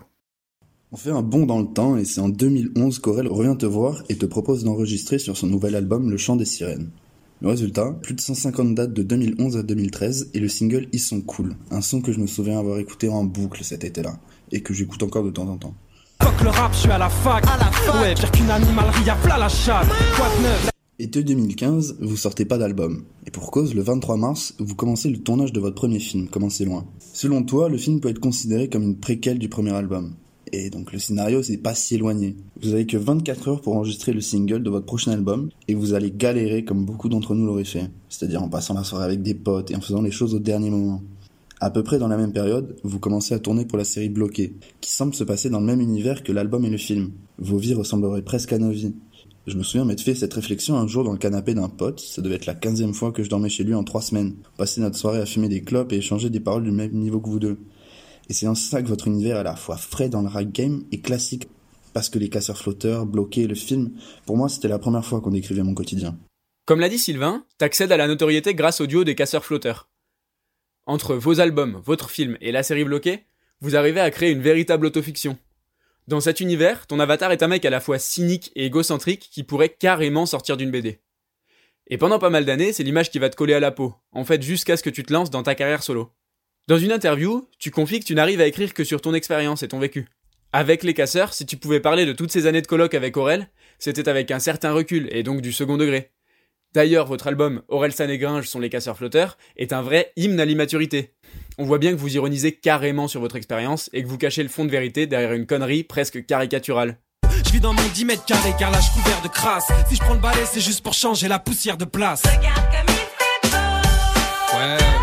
On fait un bond dans le temps et c'est en deux mille onze qu'Aurel revient te voir et te propose d'enregistrer sur son nouvel album Le Chant des Sirènes. Le résultat, plus de cent cinquante dates de deux mille onze à deux mille treize et le single Ils sont cool, un son que je me souviens avoir écouté en boucle cet été-là et que j'écoute encore de temps en temps. Fuck le rap, je suis à la fac, à la fac. Ouais, pire qu'une animalerie à plat la chatte. Quoi de neuf? Été deux mille quinze, vous sortez pas d'album. Et pour cause, le vingt-trois mars, vous commencez le tournage de votre premier film, Comment c'est loin. Selon toi, le film peut être considéré comme une préquelle du premier album. Et donc le scénario c'est pas si éloigné. Vous avez que vingt-quatre heures pour enregistrer le single de votre prochain album et vous allez galérer comme beaucoup d'entre nous l'auraient fait. C'est-à-dire en passant la soirée avec des potes et en faisant les choses au dernier moment. À peu près dans la même période, vous commencez à tourner pour la série Bloqué, qui semble se passer dans le même univers que l'album et le film. Vos vies ressembleraient presque à nos vies. Je me souviens m'être fait cette réflexion un jour dans le canapé d'un pote, ça devait être la quinzième fois que je dormais chez lui en trois semaines. Passer notre soirée à fumer des clopes et échanger des paroles du même niveau que vous deux. Et c'est en ça que votre univers est à la fois frais dans le rap game et classique. Parce que les Casseurs Flotteurs, Bloqué, le film, pour moi c'était la première fois qu'on décrivait mon quotidien. Comme l'a dit Sylvain, t'accèdes à la notoriété grâce au duo des Casseurs Flotteurs. Entre vos albums, votre film et la série Bloqué, vous arrivez à créer une véritable autofiction. Dans cet univers, ton avatar est un mec à la fois cynique et égocentrique qui pourrait carrément sortir d'une B D. Et pendant pas mal d'années, c'est l'image qui va te coller à la peau, en fait jusqu'à ce que tu te lances dans ta carrière solo. Dans une interview, tu confies que tu n'arrives à écrire que sur ton expérience et ton vécu. Avec les Casseurs, si tu pouvais parler de toutes ces années de coloc avec Aurel, c'était avec un certain recul et donc du second degré. D'ailleurs, votre album Orelsan et Gringe sont les Casseurs Flotteurs est un vrai hymne à l'immaturité. On voit bien que vous ironisez carrément sur votre expérience et que vous cachez le fond de vérité derrière une connerie presque caricaturale. Je vis dans mon dix mètres carrés car là je couvert de crasse. Si je prends le balai c'est juste pour changer la poussière de place. Regarde comme il fait beau. Ouais, ouais.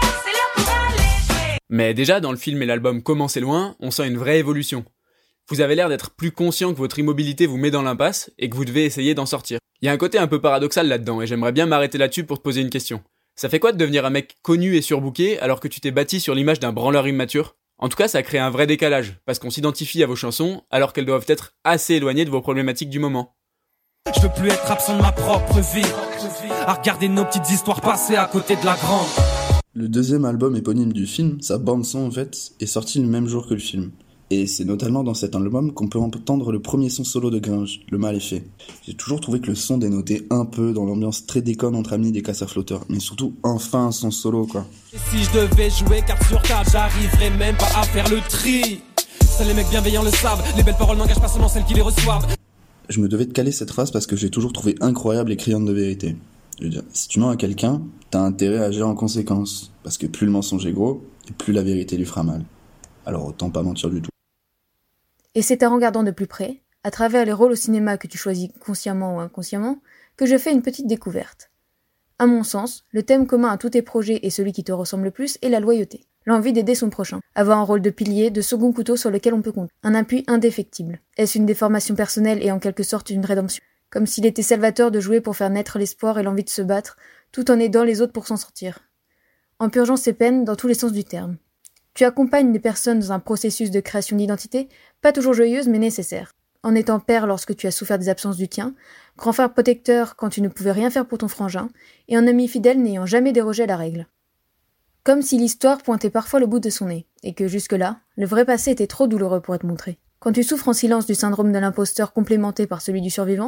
Mais déjà, dans le film et l'album Comment c'est loin, on sent une vraie évolution. Vous avez l'air d'être plus conscient que votre immobilité vous met dans l'impasse et que vous devez essayer d'en sortir. Il y a un côté un peu paradoxal là-dedans et j'aimerais bien m'arrêter là-dessus pour te poser une question. Ça fait quoi de devenir un mec connu et surbooké alors que tu t'es bâti sur l'image d'un branleur immature ? En tout cas, ça crée un vrai décalage, parce qu'on s'identifie à vos chansons alors qu'elles doivent être assez éloignées de vos problématiques du moment. Je veux plus être absent de ma propre vie, à regarder nos petites histoires passées à côté de la grande. Le deuxième album éponyme du film, sa bande-son en fait, est sorti le même jour que le film. Et c'est notamment dans cet album qu'on peut entendre le premier son solo de Gringe, Le Mal est fait. J'ai toujours trouvé que le son dénotait un peu dans l'ambiance très déconne entre amis des Casseurs Flotteurs, mais surtout enfin un son solo quoi. Et si je devais jouer carte sur carte, j'arriverais même pas à faire le tri. Ça les mecs bienveillants le savent, les belles paroles n'engagent pas seulement celles qui les reçoivent. Je me devais de caler cette phrase parce que j'ai toujours trouvé incroyable les criantes de vérité. Je veux dire, si tu mens à quelqu'un, t'as intérêt à agir en conséquence, parce que plus le mensonge est gros, et plus la vérité lui fera mal. Alors autant pas mentir du tout. Et c'est en regardant de plus près, à travers les rôles au cinéma que tu choisis consciemment ou inconsciemment, que je fais une petite découverte. À mon sens, le thème commun à tous tes projets et celui qui te ressemble le plus est la loyauté. L'envie d'aider son prochain. Avoir un rôle de pilier, de second couteau sur lequel on peut compter. Un appui indéfectible. Est-ce une déformation personnelle et en quelque sorte une rédemption ? Comme s'il était salvateur de jouer pour faire naître l'espoir et l'envie de se battre, tout en aidant les autres pour s'en sortir. En purgeant ses peines dans tous les sens du terme. Tu accompagnes des personnes dans un processus de création d'identité, pas toujours joyeuse mais nécessaire. En étant père lorsque tu as souffert des absences du tien, grand frère protecteur quand tu ne pouvais rien faire pour ton frangin, et un ami fidèle n'ayant jamais dérogé à la règle. Comme si l'histoire pointait parfois le bout de son nez, et que jusque-là, le vrai passé était trop douloureux pour être montré. Quand tu souffres en silence du syndrome de l'imposteur complémenté par celui du survivant,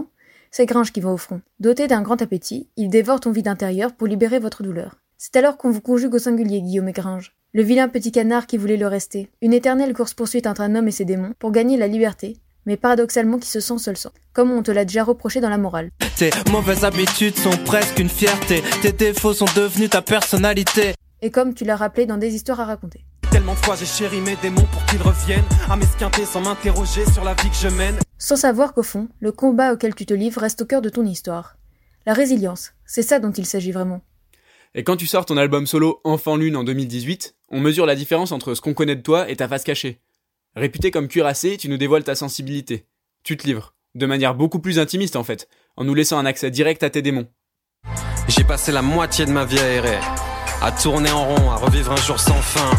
C'est Gringe qui va au front. Doté d'un grand appétit, il dévore ton vide intérieur pour libérer votre douleur. C'est alors qu'on vous conjugue au singulier, Guillaume et Gringe. Le vilain petit canard qui voulait le rester. Une éternelle course-poursuite entre un homme et ses démons pour gagner la liberté, mais paradoxalement qui se sent seul sang, comme on te l'a déjà reproché dans la morale. Tes mauvaises habitudes sont presque une fierté, tes défauts sont devenus ta personnalité. Et comme tu l'as rappelé dans des histoires à raconter. Tellement de fois j'ai chéri mes démons pour qu'ils reviennent à m'esquinter sans m'interroger sur la vie que je mène. Sans savoir qu'au fond, le combat auquel tu te livres reste au cœur de ton histoire. La résilience, c'est ça dont il s'agit vraiment. Et quand tu sors ton album solo Enfant Lune en deux mille dix-huit, on mesure la différence entre ce qu'on connaît de toi et ta face cachée. Réputé comme cuirassé, tu nous dévoiles ta sensibilité. Tu te livres, de manière beaucoup plus intimiste en fait, en nous laissant un accès direct à tes démons. J'ai passé la moitié de ma vie à errer, à tourner en rond, à revivre un jour sans fin,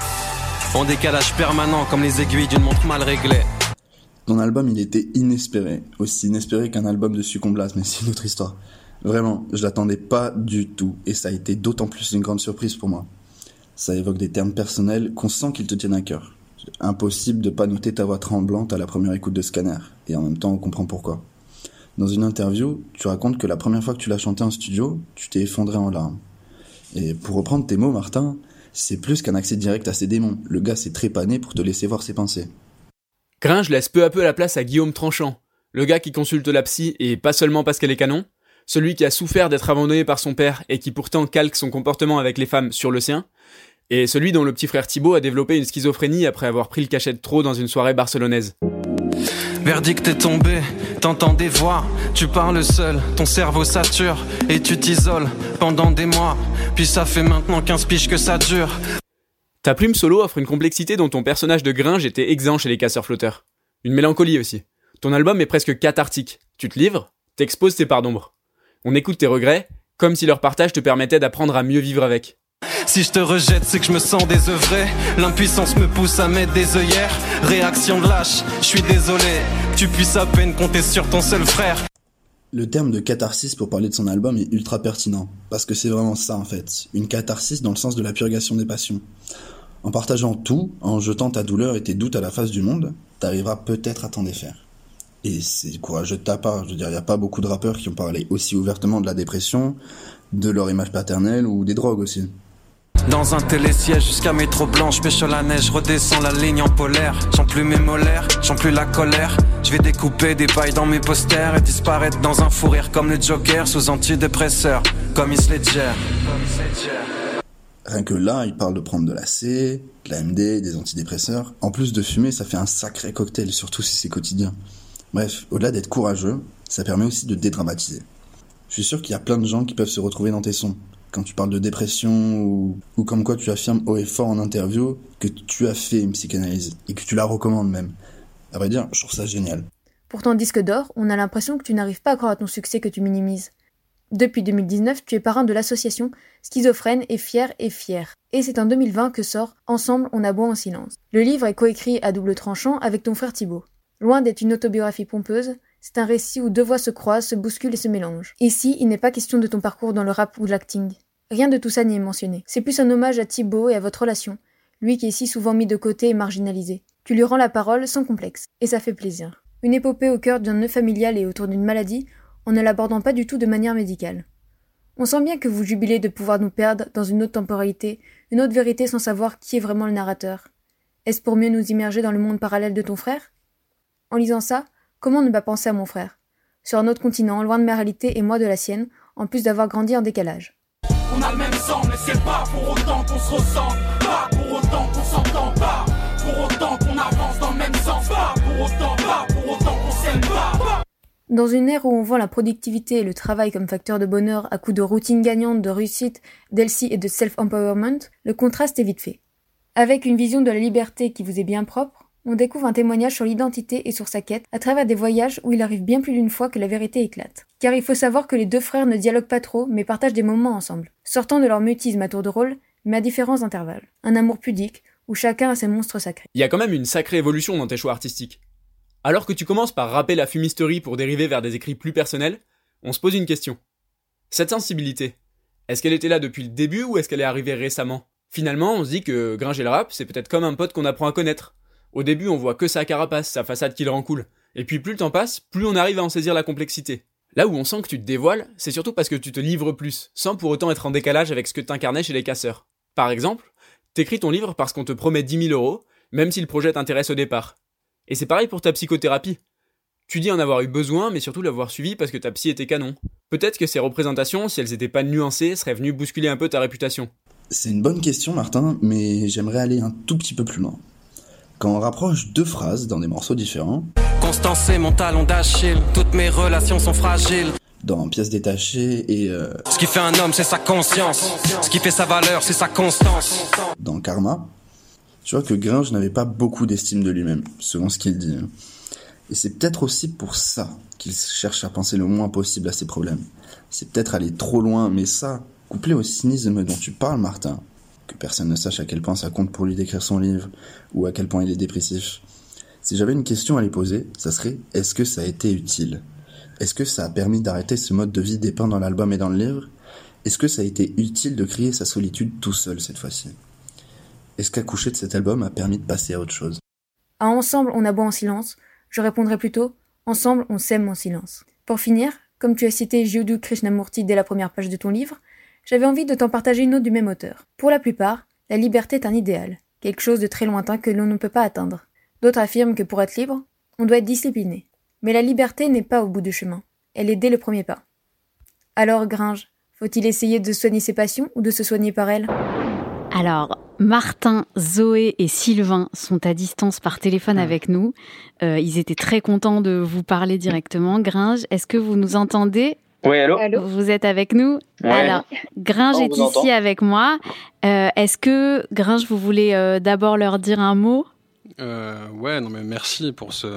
en décalage permanent comme les aiguilles d'une montre mal réglée. Ton album, il était inespéré, aussi inespéré qu'un album de Succomblas, mais c'est une autre histoire. Vraiment, je l'attendais pas du tout, et ça a été d'autant plus une grande surprise pour moi. Ça évoque des termes personnels qu'on sent qu'ils te tiennent à cœur. Impossible de pas noter ta voix tremblante à la première écoute de Scanner, et en même temps on comprend pourquoi. Dans une interview, tu racontes que la première fois que tu l'as chanté en studio, tu t'es effondré en larmes. Et pour reprendre tes mots, Martin, c'est plus qu'un accès direct à ses démons. Le gars s'est trépané pour te laisser voir ses pensées. Gringe laisse peu à peu la place à Guillaume Tranchant, le gars qui consulte la psy et pas seulement parce qu'elle est canon, celui qui a souffert d'être abandonné par son père et qui pourtant calque son comportement avec les femmes sur le sien, et celui dont le petit frère Thibaut a développé une schizophrénie après avoir pris le cachet de trop dans une soirée barcelonaise. Verdict est tombé, t'entends des voix, tu parles seul, ton cerveau sature, et tu t'isoles pendant des mois, puis ça fait maintenant quinze piges que ça dure. Ta plume solo offre une complexité dont ton personnage de Gringe était exempt chez les casseurs-flotteurs. Une mélancolie aussi. Ton album est presque cathartique. Tu te livres, t'exposes tes parts d'ombre. On écoute tes regrets, comme si leur partage te permettait d'apprendre à mieux vivre avec. Si je te rejette, c'est que je me sens désœuvré. L'impuissance me pousse à mettre des œillères. Réaction de lâche, je suis désolé. Tu puisses à peine compter sur ton seul frère. Le terme de catharsis pour parler de son album est ultra pertinent, parce que c'est vraiment ça en fait, une catharsis dans le sens de la purgation des passions. En partageant tout, en jetant ta douleur et tes doutes à la face du monde, t'arriveras peut-être à t'en défaire. Et c'est courageux de ta part, je veux dire, il n'y a pas beaucoup de rappeurs qui ont parlé aussi ouvertement de la dépression, de leur image paternelle ou des drogues aussi. Dans un télésiège jusqu'à métro blanche, pêche la neige, redescends la ligne en polaire. J'en plus mes molaires, j'en plus la colère. Je vais découper des pailles dans mes posters et disparaître dans un fou rire comme le Joker sous antidépresseur, comme Heath Ledger. Rien que là, il parle de prendre de la C, de la M D, des antidépresseurs. En plus de fumer, ça fait un sacré cocktail, surtout si c'est quotidien. Bref, au-delà d'être courageux, ça permet aussi de dédramatiser. Je suis sûr qu'il y a plein de gens qui peuvent se retrouver dans tes sons. Quand tu parles de dépression ou, ou comme quoi tu affirmes haut et fort en interview que tu as fait une psychanalyse et que tu la recommandes même. À vrai dire, je trouve ça génial. Pour ton disque d'or, on a l'impression que tu n'arrives pas à croire à ton succès que tu minimises. Depuis deux mille dix-neuf, tu es parrain de l'association Schizophrène et Fier et Fier. Et c'est en deux mille vingt que sort Ensemble, on aboie en silence. Le livre est coécrit à double tranchant avec ton frère Thibaut. Loin d'être une autobiographie pompeuse, c'est un récit où deux voix se croisent, se bousculent et se mélangent. Ici, il n'est pas question de ton parcours dans le rap ou l'acting. Rien de tout ça n'y est mentionné. C'est plus un hommage à Thibaut et à votre relation, lui qui est si souvent mis de côté et marginalisé. Tu lui rends la parole sans complexe, et ça fait plaisir. Une épopée au cœur d'un nœud familial et autour d'une maladie, en ne l'abordant pas du tout de manière médicale. On sent bien que vous jubilez de pouvoir nous perdre dans une autre temporalité, une autre vérité sans savoir qui est vraiment le narrateur. Est-ce pour mieux nous immerger dans le monde parallèle de ton frère ? En lisant ça, comment ne pas penser à mon frère ? Sur un autre continent, loin de ma réalité et moi de la sienne, en plus d'avoir grandi en décalage. On a le même sang, mais c'est pas pour autant qu'on se ressemble, pas pour autant qu'on s'entend pas, pour autant qu'on avance dans le même sens, pas pour autant, pas pour autant qu'on s'aime pas. Dans une ère où on voit la productivité et le travail comme facteur de bonheur à coups de routine gagnante, de réussite, d'Elsie et de self-empowerment, le contraste est vite fait. Avec une vision de la liberté qui vous est bien propre, on découvre un témoignage sur l'identité et sur sa quête à travers des voyages où il arrive bien plus d'une fois que la vérité éclate. Car il faut savoir que les deux frères ne dialoguent pas trop, mais partagent des moments ensemble, sortant de leur mutisme à tour de rôle, mais à différents intervalles. Un amour pudique, où chacun a ses monstres sacrés. Il y a quand même une sacrée évolution dans tes choix artistiques. Alors que tu commences par rapper la fumisterie pour dériver vers des écrits plus personnels, on se pose une question. Cette sensibilité, est-ce qu'elle était là depuis le début ou est-ce qu'elle est arrivée récemment ? Finalement, on se dit que Gringe et le rap, c'est peut-être comme un pote qu'on apprend à connaître. Au début, on voit que sa carapace, sa façade qui le rend cool. Et puis plus le temps passe, plus on arrive à en saisir la complexité. Là où on sent que tu te dévoiles, c'est surtout parce que tu te livres plus, sans pour autant être en décalage avec ce que t'incarnais chez les casseurs. Par exemple, t'écris ton livre parce qu'on te promet dix mille euros, même si le projet t'intéresse au départ. Et c'est pareil pour ta psychothérapie. Tu dis en avoir eu besoin, mais surtout l'avoir suivi parce que ta psy était canon. Peut-être que ces représentations, si elles étaient pas nuancées, seraient venues bousculer un peu ta réputation. C'est une bonne question, Martin, mais j'aimerais aller un tout petit peu plus loin. Quand on rapproche deux phrases dans des morceaux différents... Constance est mon talon d'Achille, toutes mes relations sont fragiles. Dans Pièces détachées et... Euh... Ce qui fait un homme, c'est sa conscience. Ce qui fait sa valeur, c'est sa constance. Dans Karma, je vois que Gringe n'avait pas beaucoup d'estime de lui-même, selon ce qu'il dit. Et c'est peut-être aussi pour ça qu'il cherche à penser le moins possible à ses problèmes. C'est peut-être aller trop loin, mais ça, couplé au cynisme dont tu parles, Martin, que personne ne sache à quel point ça compte pour lui d'écrire son livre, ou à quel point il est dépressif. Si j'avais une question à lui poser, ça serait « Est-ce que ça a été utile ? Est-ce que ça a permis d'arrêter ce mode de vie dépeint dans l'album et dans le livre ? Est-ce que ça a été utile de crier sa solitude tout seul cette fois-ci ? Est-ce qu'accoucher de cet album a permis de passer à autre chose ?» À Ensemble, on aboie en silence, je répondrais plutôt « Ensemble, on s'aime en silence ». Pour finir, comme tu as cité Jiddu Krishnamurti dès la première page de ton livre, j'avais envie de t'en partager une autre du même auteur. Pour la plupart, la liberté est un idéal, quelque chose de très lointain que l'on ne peut pas atteindre. D'autres affirment que pour être libre, on doit être discipliné. Mais la liberté n'est pas au bout du chemin, elle est dès le premier pas. Alors, Gringe, faut-il essayer de soigner ses passions ou de se soigner par elles ? Alors, Martin, Zoé et Sylvain sont à distance par téléphone mmh. avec nous. Euh, ils étaient très contents de vous parler directement. Gringe, est-ce que vous nous entendez ? Oui, allô ? Vous êtes avec nous ? Ouais. Alors, Gringe On est ici entend. Avec moi. Euh, est-ce que, Gringe, vous voulez euh, d'abord leur dire un mot ? euh, Ouais, non mais merci pour ce...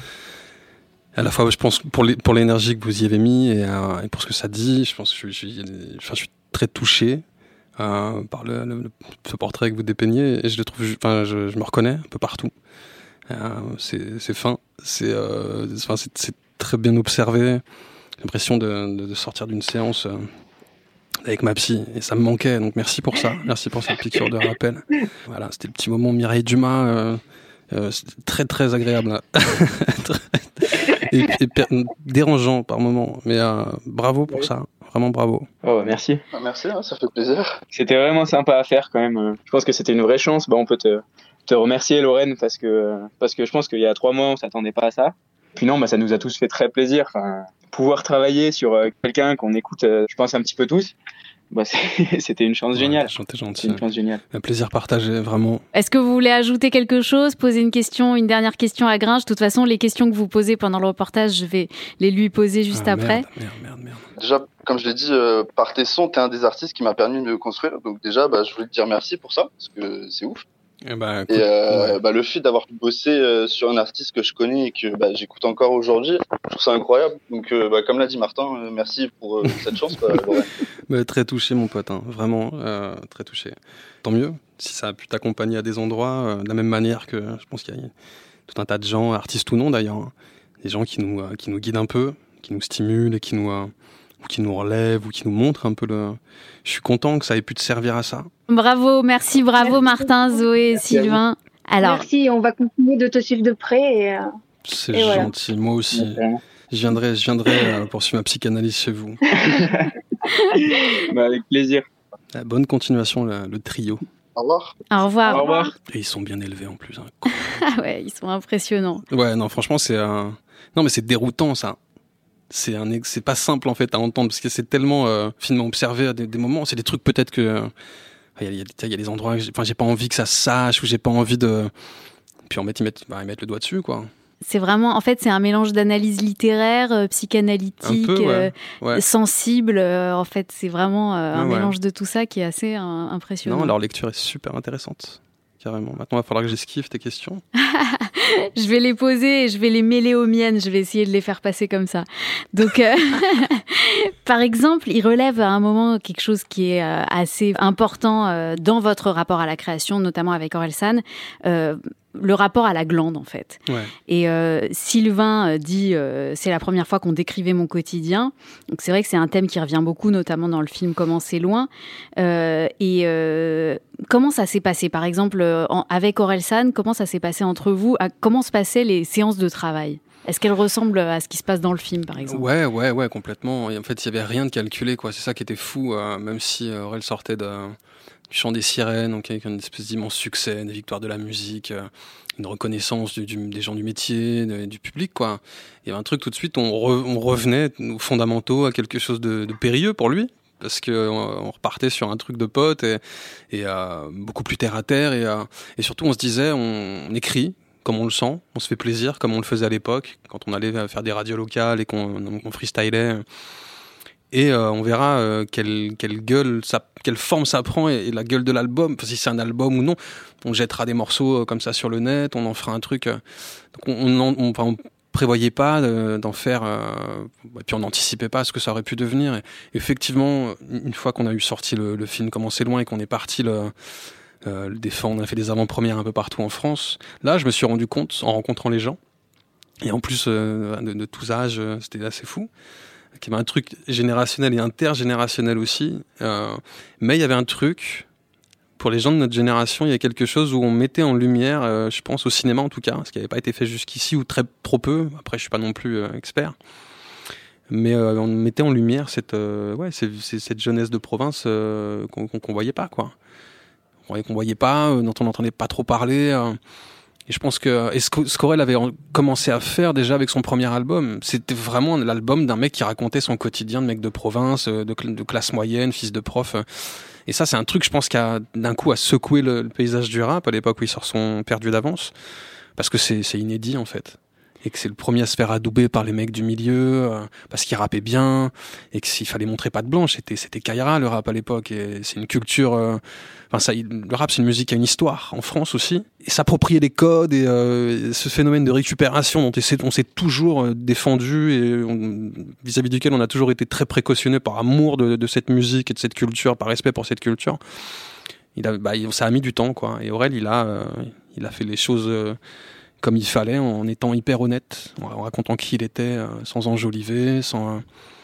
À la fois, je pense, pour, les, pour l'énergie que vous y avez mis et, euh, et pour ce que ça dit, je pense que je suis, enfin, je suis très touché euh, par le, le, ce portrait que vous dépeignez et je le trouve, enfin, je, je me reconnais un peu partout. Euh, c'est, c'est fin, c'est, euh, enfin, c'est, c'est très bien observé. J'ai l'impression de, de, de sortir d'une séance euh, avec ma psy et ça me manquait, donc merci pour ça, merci pour cette piqûre de rappel. Voilà, c'était le petit moment Mireille Dumas, euh, euh, c'était très très agréable. et, et per- dérangeant par moment, mais euh, bravo pour ça, vraiment bravo. Oh, merci. Ah, merci, hein, ça fait plaisir. C'était vraiment sympa à faire quand même. Je pense que c'était une vraie chance. Bah, on peut te, te remercier, Lorraine, parce que, parce que je pense qu'il y a trois mois, on s'attendait pas à ça. Puis non, bah, ça nous a tous fait très plaisir. Enfin, pouvoir travailler sur euh, quelqu'un qu'on écoute, euh, je pense un petit peu tous. Bah, c'est, c'était une chance ouais, géniale. T'es gentil. C'est une chance géniale. Un plaisir partagé, vraiment. Est-ce que vous voulez ajouter quelque chose, poser une question, une dernière question à Gringe ? De toute façon, les questions que vous posez pendant le reportage, je vais les lui poser juste ah, après. Merde, merde, merde, merde. Déjà, comme je l'ai dit, euh, par tes sons, t'es un des artistes qui m'a permis de construire. Donc déjà, bah, je voulais te dire merci pour ça, parce que c'est ouf. Et, bah, et euh, ouais. bah, le fait d'avoir bossé euh, sur un artiste que je connais et que bah, j'écoute encore aujourd'hui, je trouve ça incroyable. Donc, euh, bah, comme l'a dit Martin, euh, merci pour euh, cette chance. Quoi, bah, très touché, mon pote, hein. Vraiment euh, très touché. Tant mieux, si ça a pu t'accompagner à des endroits, euh, de la même manière que je pense qu'il y a tout un tas de gens, artistes ou non d'ailleurs, hein. Des gens qui nous, euh, qui nous guident un peu, qui nous stimulent et qui nous, euh, ou qui nous relèvent ou qui nous montrent un peu le... Je suis content que ça ait pu te servir à ça. Bravo, merci, bravo merci. Martin, Zoé, merci Sylvain. Alors... Merci, on va continuer de te suivre de près. Et, euh... C'est et gentil, voilà. Moi aussi. Merci. Je viendrai, je viendrai euh, poursuivre ma psychanalyse chez vous. Bah, avec plaisir. La bonne continuation, le, le trio. Au revoir. Au revoir. Au revoir. Et ils sont bien élevés en plus. Hein. Ah ouais, ils sont impressionnants. Ouais, non, franchement, c'est un... Non, mais c'est déroutant, ça. C'est un, c'est pas simple en fait à entendre parce que c'est tellement euh, finement observé à des, des moments. C'est des trucs peut-être que il y, y, y a des endroits, que j'ai, enfin j'ai pas envie que ça se sache ou j'ai pas envie de. Puis en fait ils mettent, bah, ils mettent le doigt dessus quoi. C'est vraiment, en fait, c'est un mélange d'analyse littéraire, euh, psychanalytique, peu, ouais. Euh, Ouais. sensible. Euh, en fait, c'est vraiment euh, ouais, un ouais. mélange de tout ça qui est assez euh, impressionnant. Non, leur lecture est super intéressante. Carrément. Maintenant, il va falloir que j'esquive tes questions. Je vais les poser et je vais les mêler aux miennes. Je vais essayer de les faire passer comme ça. Donc, euh, par exemple, il relève à un moment quelque chose qui est euh, assez important euh, dans votre rapport à la création, notamment avec Orelsan, euh, le rapport à la glande, en fait. Ouais. Et euh, Sylvain dit euh, c'est la première fois qu'on décrivait mon quotidien. Donc c'est vrai que c'est un thème qui revient beaucoup, notamment dans le film Comment c'est loin. Euh, et euh, comment ça s'est passé, par exemple, en, avec Orelsan, comment ça s'est passé entre vous? à, Comment se passaient les séances de travail? Est-ce qu'elle ressemble à ce qui se passe dans le film, par exemple ? Ouais, ouais, ouais, complètement. Et en fait, il n'y avait rien de calculé, quoi. C'est ça qui était fou, euh, même si euh, Aurel sortait de, du chant des sirènes, donc avec une espèce d'immense succès, des victoires de la musique, euh, une reconnaissance du, du, des gens du métier, de, du public, quoi. Il y avait un truc tout de suite, on, re, on revenait aux fondamentaux, à quelque chose de, de périlleux pour lui, parce qu'on on repartait sur un truc de pote et, et euh, beaucoup plus terre à terre, et, euh, et surtout on se disait, on, on écrit comme on le sent, on se fait plaisir, comme on le faisait à l'époque, quand on allait faire des radios locales et qu'on, qu'on freestylait. Et euh, on verra euh, quelle, quelle gueule, ça, quelle forme ça prend et, et la gueule de l'album, si c'est un album ou non. On jettera des morceaux euh, comme ça sur le net, on en fera un truc. Euh, donc on, on, on, on prévoyait pas de, d'en faire, euh, et puis on n'anticipait pas ce que ça aurait pu devenir. Et effectivement, une fois qu'on a eu sorti le, le film Comment c'est loin et qu'on est parti le Euh, le défendre, on a fait des avant-premières un peu partout en France. Là, je me suis rendu compte, en rencontrant les gens, et en plus euh, de, de tous âges, euh, c'était assez fou, qu'il y avait un truc générationnel et intergénérationnel aussi, euh, mais il y avait un truc, pour les gens de notre génération, il y a quelque chose où on mettait en lumière, euh, je pense au cinéma en tout cas, ce qui n'avait pas été fait jusqu'ici, ou très trop peu, après je suis pas non plus euh, expert, mais euh, on mettait en lumière cette, euh, ouais, c'est, c'est cette jeunesse de province euh, qu'on, qu'on, qu'on voyait pas, quoi. Qu'on voyait pas, dont on n'entendait pas trop parler. Et je pense que et ce qu'Aurel avait commencé à faire déjà avec son premier album, c'était vraiment l'album d'un mec qui racontait son quotidien de mec de province, de, de classe moyenne, fils de prof. Et ça, c'est un truc, je pense, qui a d'un coup a secoué le, le paysage du rap à l'époque où il sort son Perdu d'avance, parce que c'est, c'est inédit en fait. Et que c'est le premier à se faire adouber par les mecs du milieu, euh, parce qu'il rappait bien, et que s'il fallait montrer patte blanche, c'était, c'était Kaira le rap à l'époque, et c'est une culture, euh, enfin ça, le rap c'est une musique qui a une histoire, en France aussi, et s'approprier les codes, et euh, ce phénomène de récupération dont on s'est toujours euh, défendu, et on, vis-à-vis duquel on a toujours été très précautionneux par amour de, de cette musique et de cette culture, par respect pour cette culture, il a, bah, ça a mis du temps, quoi, et Aurel, il a, euh, il a fait les choses... Euh, comme il fallait, en étant hyper honnête, en racontant qui il était, euh, sans enjoliver, sans, euh,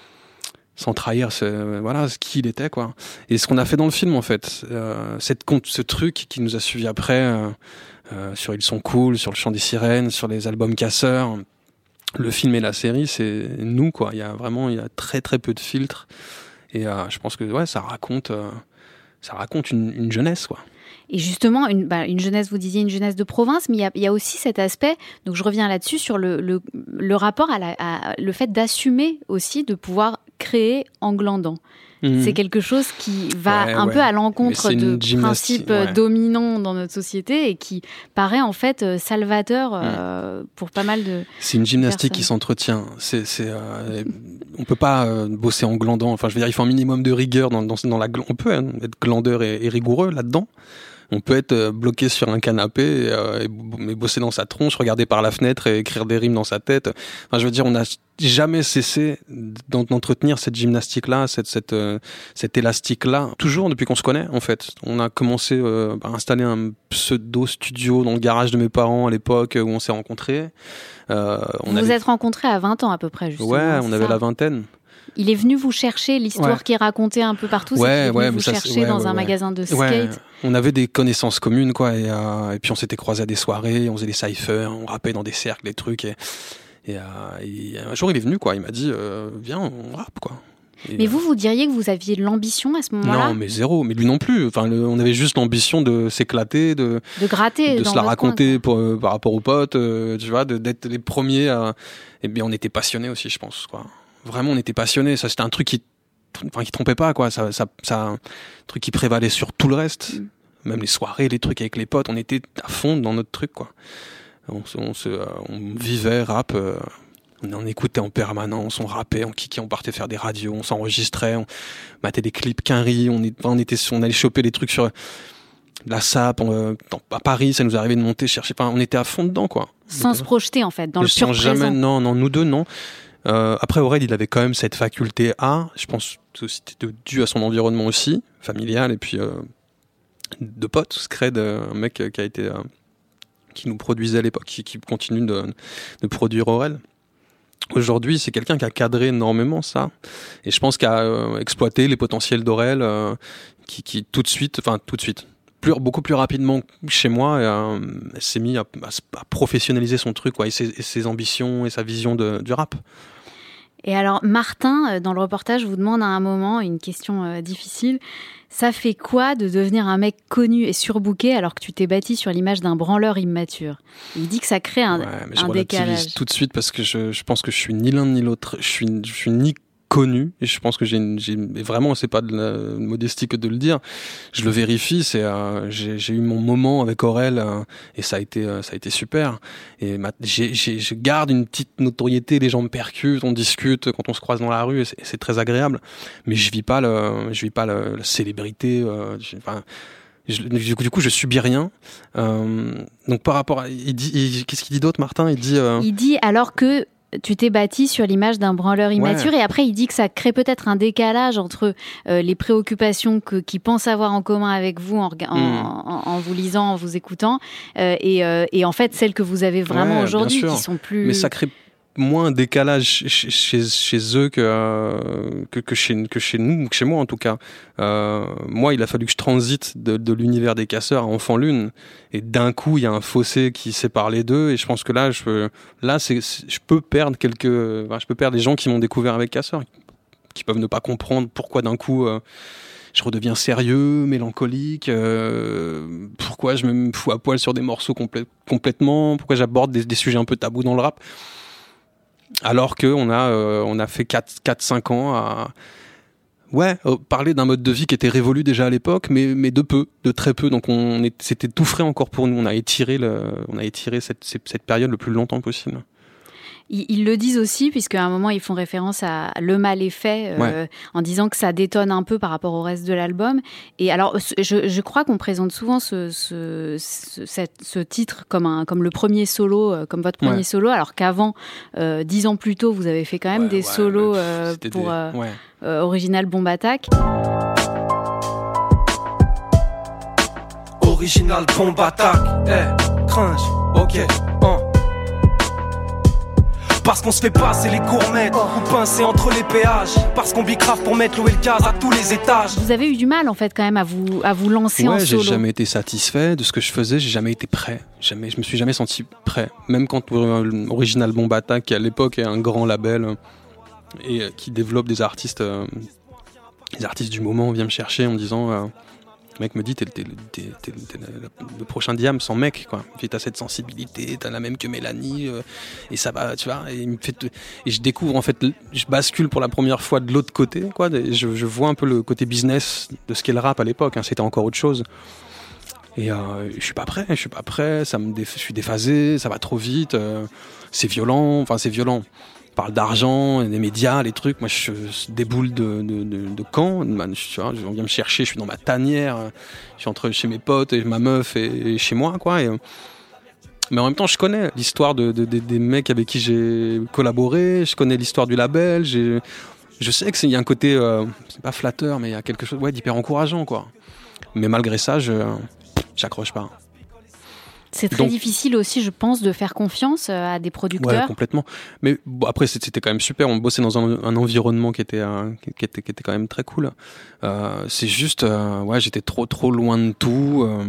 sans trahir ce, euh, voilà, qui il était, quoi. Et ce qu'on a fait dans le film, en fait, euh, cette, ce truc qui nous a suivi après, euh, euh, sur Ils sont cool, sur Le chant des sirènes, sur les albums casseurs, le film et la série, c'est nous, quoi. Il y a vraiment, il y a très très peu de filtres, et euh, je pense que ouais, ça raconte, euh, ça raconte une, une jeunesse, quoi. Et justement, une, bah, une jeunesse, vous disiez une jeunesse de province, mais il y a, il y a aussi cet aspect, donc je reviens là-dessus, sur le, le, le rapport à, la, à le fait d'assumer aussi de pouvoir créer en glandant. Mmh. C'est quelque chose qui va ouais, un ouais. peu à l'encontre de principes ouais. dominants dans notre société et qui paraît en fait salvateur mmh. euh, pour pas mal de C'est une gymnastique personnes. Qui s'entretient. C'est, c'est, euh, on peut pas euh, bosser en glandant. Enfin, je veux dire, il faut un minimum de rigueur dans, dans, dans la. On peut hein, être glandeur et, et rigoureux là-dedans. On peut être bloqué sur un canapé et, euh, et bosser dans sa tronche, regarder par la fenêtre et écrire des rimes dans sa tête. Enfin, je veux dire, on n'a jamais cessé d'entretenir cette gymnastique-là, cette, cette, euh, cet élastique-là, toujours depuis qu'on se connaît, en fait. On a commencé euh, à installer un pseudo-studio dans le garage de mes parents à l'époque où on s'est rencontrés. Euh, on vous vous allait... êtes rencontrés à vingt ans à peu près, justement. Ouais, on avait ça. la vingtaine. Il est venu vous chercher, l'histoire ouais. qui est racontée un peu partout, ouais, c'est qu'il est venu ouais, vous ça, chercher ouais, dans ouais, un ouais. magasin de skate. Ouais. On avait des connaissances communes, quoi, et, euh, et puis on s'était croisés à des soirées, on faisait des cyphers, on rappait dans des cercles, des trucs, et, et, euh, et un jour il est venu, quoi, il m'a dit, euh, viens, on rappe, quoi. Et mais vous, vous diriez que vous aviez de l'ambition à ce moment-là ? Non, mais zéro, mais lui non plus. Enfin, le, on avait juste l'ambition de s'éclater, de, de gratter, de dans se la raconter coin, pour, euh, par rapport aux potes, euh, tu vois, de, d'être les premiers à. Et bien, on était passionnés aussi, je pense, quoi. Vraiment, on était passionnés. Ça, c'était un truc qui, enfin, qui trompait pas, quoi. Ça, ça, ça, un truc qui prévalait sur tout le reste. Mm. Même les soirées, les trucs avec les potes, on était à fond dans notre truc, quoi. On, on, se, on vivait rap. Euh, On en écoutait en permanence, on rappait, on kickait, on partait faire des radios, on s'enregistrait, on matait des clips quinri, on, est, on, était, on allait choper des trucs sur la S A P, on, à Paris, ça nous arrivait de monter, chercher, enfin, on était à fond dedans, quoi. Sans se projeter, en fait, dans le pur jamais, présent. Non, non, nous deux, non. Euh, après, Aurel, il avait quand même cette faculté à, je pense que c'était dû à son environnement aussi, familial, et puis euh, de potes, Scred, un mec qui a été, euh, qui nous produisait à l'époque, qui, qui continue de, de produire Aurel. Aujourd'hui, c'est quelqu'un qui a cadré énormément ça, et je pense qu'il a euh, exploité les potentiels d'Aurel, euh, qui, qui tout de suite, enfin tout de suite, plus, beaucoup plus rapidement chez moi, et, euh, elle s'est mise à, à, à professionnaliser son truc, quoi, et, ses, et ses ambitions et sa vision de, du rap. Et alors, Martin, dans le reportage, vous demande à un moment une question euh, difficile. Ça fait quoi de devenir un mec connu et surbooké alors que tu t'es bâti sur l'image d'un branleur immature ? Il dit que ça crée un, ouais, mais un je décalage. Tout de suite parce que je, je pense que je suis ni l'un ni l'autre. Je suis, je suis ni connu, et je pense que j'ai, une, j'ai et vraiment c'est pas de la modestie que de le dire, je le vérifie, c'est euh, j'ai, j'ai eu mon moment avec Aurel euh, et ça a été euh, ça a été super, et ma, j'ai, j'ai, je garde une petite notoriété, les gens me percutent, on discute quand on se croise dans la rue, et c'est, et c'est très agréable, mais je vis pas le je vis pas le, la célébrité, euh, enfin Je, du, coup, du coup, je subis rien. Euh, donc, par rapport à, il dit, il, qu'est-ce qu'il dit d'autre, Martin ? Il dit, euh... il dit alors que tu t'es bâti sur l'image d'un branleur immature, ouais. Et après il dit que ça crée peut-être un décalage entre euh, les préoccupations que, qu'ils pensent avoir en commun avec vous en, en, mmh. en, en vous lisant, en vous écoutant, euh, et, euh, et en fait celles que vous avez vraiment ouais, aujourd'hui, qui sont plus... Mais ça crée moins un décalage chez, chez, chez eux que, euh, que, que, chez, que chez nous, que chez moi en tout cas. Euh, moi, il a fallu que je transite de, de l'univers des casseurs à Enfant Lune, et d'un coup, il y a un fossé qui sépare les deux, et je pense que là, je peux, là, c'est, c'est, je peux perdre quelques, enfin, je peux perdre des gens qui m'ont découvert avec casseurs, qui peuvent ne pas comprendre pourquoi d'un coup, euh, je redeviens sérieux, mélancolique, euh, pourquoi je me fous à poil sur des morceaux complè- complètement, pourquoi j'aborde des, des sujets un peu tabous dans le rap. Alors qu'on a, euh, on a fait quatre cinq ans à ouais, euh, parler d'un mode de vie qui était révolu déjà à l'époque, mais, mais de peu, de très peu. Donc on est, c'était tout frais encore pour nous. On a étiré, le, on a étiré cette, cette période le plus longtemps possible. Ils, ils le disent aussi, puisqu'à un moment, ils font référence à Le Mal est fait, euh, ouais. en disant que ça détonne un peu par rapport au reste de l'album. Et alors, je, je crois qu'on présente souvent ce, ce, ce, cette, ce titre comme, un, comme le premier solo, comme votre premier ouais. solo, alors qu'avant, euh, dix ans plus tôt, vous avez fait quand même ouais, des ouais, solos euh, pour des... euh, ouais. euh, Original Bomb Attack. Original Bomb Attack, eh, hey, cringe, ok, hein. Parce qu'on se fait passer les gourmettes ou pincer entre les péages. Parce qu'on bicrave pour mettre l'eau et le gaz à tous les étages. Vous avez eu du mal en fait quand même à vous, à vous lancer ouais, en solo. Ouais, j'ai jamais été satisfait de ce que je faisais, j'ai jamais été prêt. Jamais, je me suis jamais senti prêt. Même quand euh, Original Bomb Attack, qui à l'époque est un grand label euh, et euh, qui développe des artistes, euh, des artistes du moment, vient me chercher en me disant... Euh, le mec me dit, t'es, t'es, t'es, t'es, t'es le prochain Diam sans mec, quoi. Puis t'as cette sensibilité, t'as la même que Mélanie, euh, et ça va, tu vois. Et, il me fait t- et je découvre, en fait, je bascule pour la première fois de l'autre côté, quoi. Je, je vois un peu le côté business de ce qu'est le rap à l'époque, hein. C'était encore autre chose. Et euh, je suis pas prêt, je suis pas prêt, ça me déf- je suis déphasé, ça va trop vite, euh, c'est violent, enfin c'est violent. On parle d'argent, des médias, les trucs. Moi, je déboule de, de, de, de Caen. Tu vois, on vient me chercher, je suis dans ma tanière. Je suis entre chez mes potes et ma meuf et, et chez moi, quoi. Et, mais en même temps, je connais l'histoire de, de, de, des mecs avec qui j'ai collaboré. Je connais l'histoire du label. J'ai, je sais qu'il y a un côté, euh, c'est pas flatteur, mais il y a quelque chose ouais, d'hyper encourageant, quoi. Mais malgré ça, je j'accroche pas. C'est très Donc, difficile aussi, je pense, de faire confiance à des producteurs. Ouais, complètement. Mais bon, après, c'était quand même super. On bossait dans un, un environnement qui était, euh, qui était, qui était quand même très cool. Euh, c'est juste, euh, ouais, j'étais trop, trop loin de tout. Euh,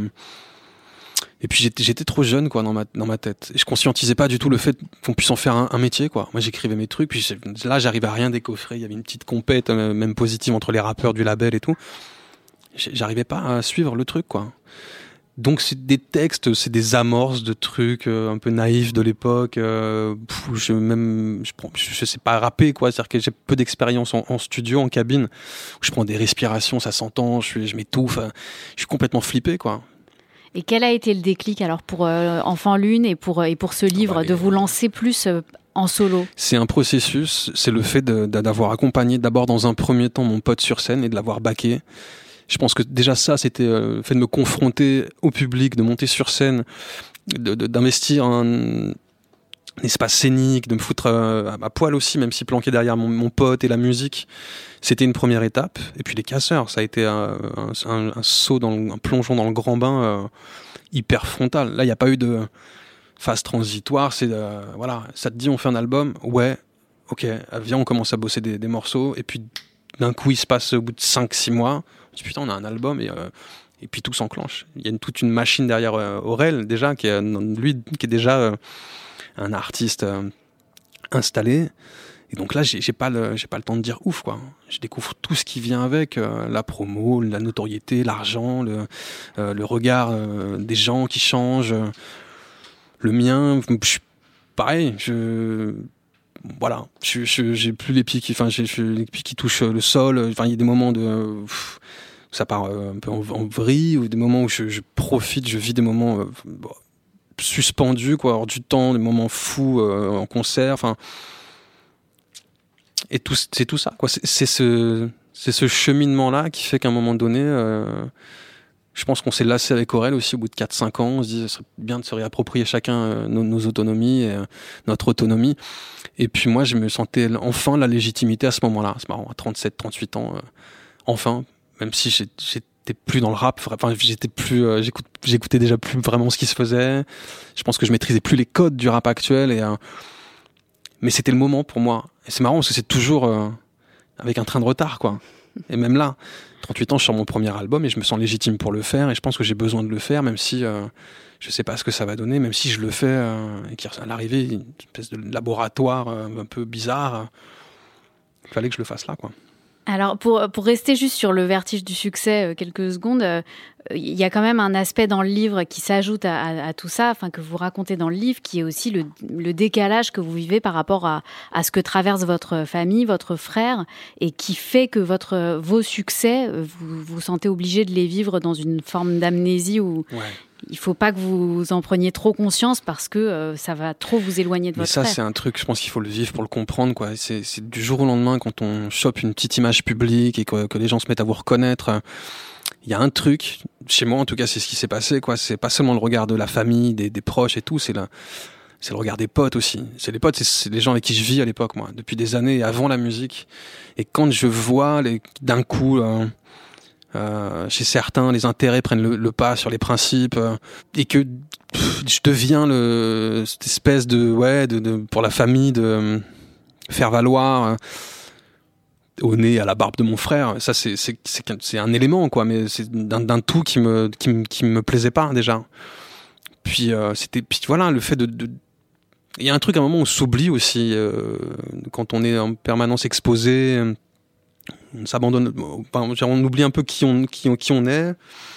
et puis j'étais, j'étais trop jeune, quoi, dans ma, dans ma tête. Et je conscientisais pas du tout le fait qu'on puisse en faire un, un métier, quoi. Moi, j'écrivais mes trucs, puis là, j'arrivais à rien décoffrer. Il y avait une petite compète, euh, même positive, entre les rappeurs du label et tout. J'arrivais pas à suivre le truc, quoi. Donc c'est des textes, c'est des amorces de trucs euh, un peu naïfs de l'époque. Euh, pff, je même, je, prends, je, je sais pas rapper, quoi. C'est-à-dire que j'ai peu d'expérience en, en studio, en cabine. Où je prends des respirations, ça s'entend. Je, je m'étouffe. Je suis complètement flippé, quoi. Et quel a été le déclic alors pour euh, Enfant Lune et pour et pour ce livre, bah, de vous lancer plus euh, en solo? C'est un processus. C'est le fait de, de, d'avoir accompagné d'abord dans un premier temps mon pote sur scène et de l'avoir backé. Je pense que déjà ça, c'était euh, le fait de me confronter au public, de monter sur scène, de, de, d'investir un, un espace scénique, de me foutre euh, à, à poil aussi, même si planqué derrière mon, mon pote et la musique. C'était une première étape. Et puis les casseurs, ça a été un, un, un, un saut, dans le, un plongeon dans le grand bain euh, hyper frontal. Là, il n'y a pas eu de phase transitoire. C'est euh, voilà, ça te dit on fait un album, ouais, ok, viens on commence à bosser des, des morceaux. Et puis d'un coup, il se passe au bout de cinq six mois. Putain, on a un album et, euh, et puis tout s'enclenche. Il y a une, toute une machine derrière euh, Aurel déjà qui est lui qui est déjà euh, un artiste euh, installé. Et donc là, j'ai, j'ai pas le, j'ai pas le temps de dire ouf, quoi. Je découvre tout ce qui vient avec, euh, la promo, la notoriété, l'argent, le, euh, le regard euh, des gens qui changent. Euh, le mien, je suis pareil. Je, voilà, je, je, j'ai plus les pieds qui, enfin, j'ai, j'ai les pieds qui touchent le sol. Enfin, il y a des moments de, euh, pff, ça part euh, un peu en, en vrille, ou des moments où je, je profite, je vis des moments euh, bon, suspendus, quoi, hors du temps, des moments fous euh, en concert. Enfin. Et tout, c'est tout ça, quoi. C'est, c'est ce, c'est ce cheminement-là qui fait qu'à un moment donné, euh, je pense qu'on s'est lassé avec Aurel aussi au bout de quatre cinq ans. On se dit, ce serait bien de se réapproprier chacun euh, nos, nos autonomies, et, euh, notre autonomie. Et puis moi, je me sentais enfin la légitimité à ce moment-là. C'est marrant, à trente-sept, trente-huit ans, euh, enfin, même si j'ai, j'étais plus dans le rap, enfin, j'étais plus, euh, j'écoute, j'écoutais déjà plus vraiment ce qui se faisait. Je pense que je maîtrisais plus les codes du rap actuel et, euh, mais c'était le moment pour moi. Et c'est marrant parce que c'est toujours euh, avec un train de retard, quoi. Et même là, trente-huit ans, je sors mon premier album et je me sens légitime pour le faire. Et je pense que j'ai besoin de le faire, même si euh, je sais pas ce que ça va donner, même si je le fais euh, et qu'à l'arrivée, une espèce de laboratoire euh, un peu bizarre. Euh, il fallait que je le fasse là, quoi. Alors, pour, pour rester juste sur le vertige du succès euh, quelques secondes, il euh, y a quand même un aspect dans le livre qui s'ajoute à, à, à tout ça, enfin que vous racontez dans le livre, qui est aussi le, le décalage que vous vivez par rapport à, à ce que traverse votre famille, votre frère, et qui fait que votre, vos succès, vous vous sentez obligé de les vivre dans une forme d'amnésie où... Ouais. Il ne faut pas que vous en preniez trop conscience parce que euh, ça va trop vous éloigner de Mais votre ça, frère. C'est un truc, je pense qu'il faut le vivre pour le comprendre, quoi. C'est, c'est du jour au lendemain, quand on chope une petite image publique et que, que les gens se mettent à vous reconnaître, il y a un truc, chez moi en tout cas, c'est ce qui s'est passé, quoi. C'est pas seulement le regard de la famille, des, des proches et tout, c'est, la, c'est le regard des potes aussi. C'est les potes, c'est, c'est les gens avec qui je vis à l'époque, moi, depuis des années, avant la musique. Et quand je vois les, d'un coup... Euh, Euh, chez certains, les intérêts prennent le, le pas sur les principes euh, et que pff, je deviens le, cette espèce de ouais de, de pour la famille de euh, faire valoir euh, au nez à la barbe de mon frère. Ça c'est c'est c'est, c'est un élément, quoi, mais c'est d'un, d'un tout qui me qui me qui me plaisait pas déjà. Puis euh, c'était puis voilà le fait de, de il y a un truc à un moment où on s'oublie aussi euh, quand on est en permanence exposé. Euh, On s'abandonne, enfin, on oublie un peu qui on, qui on, qui on est.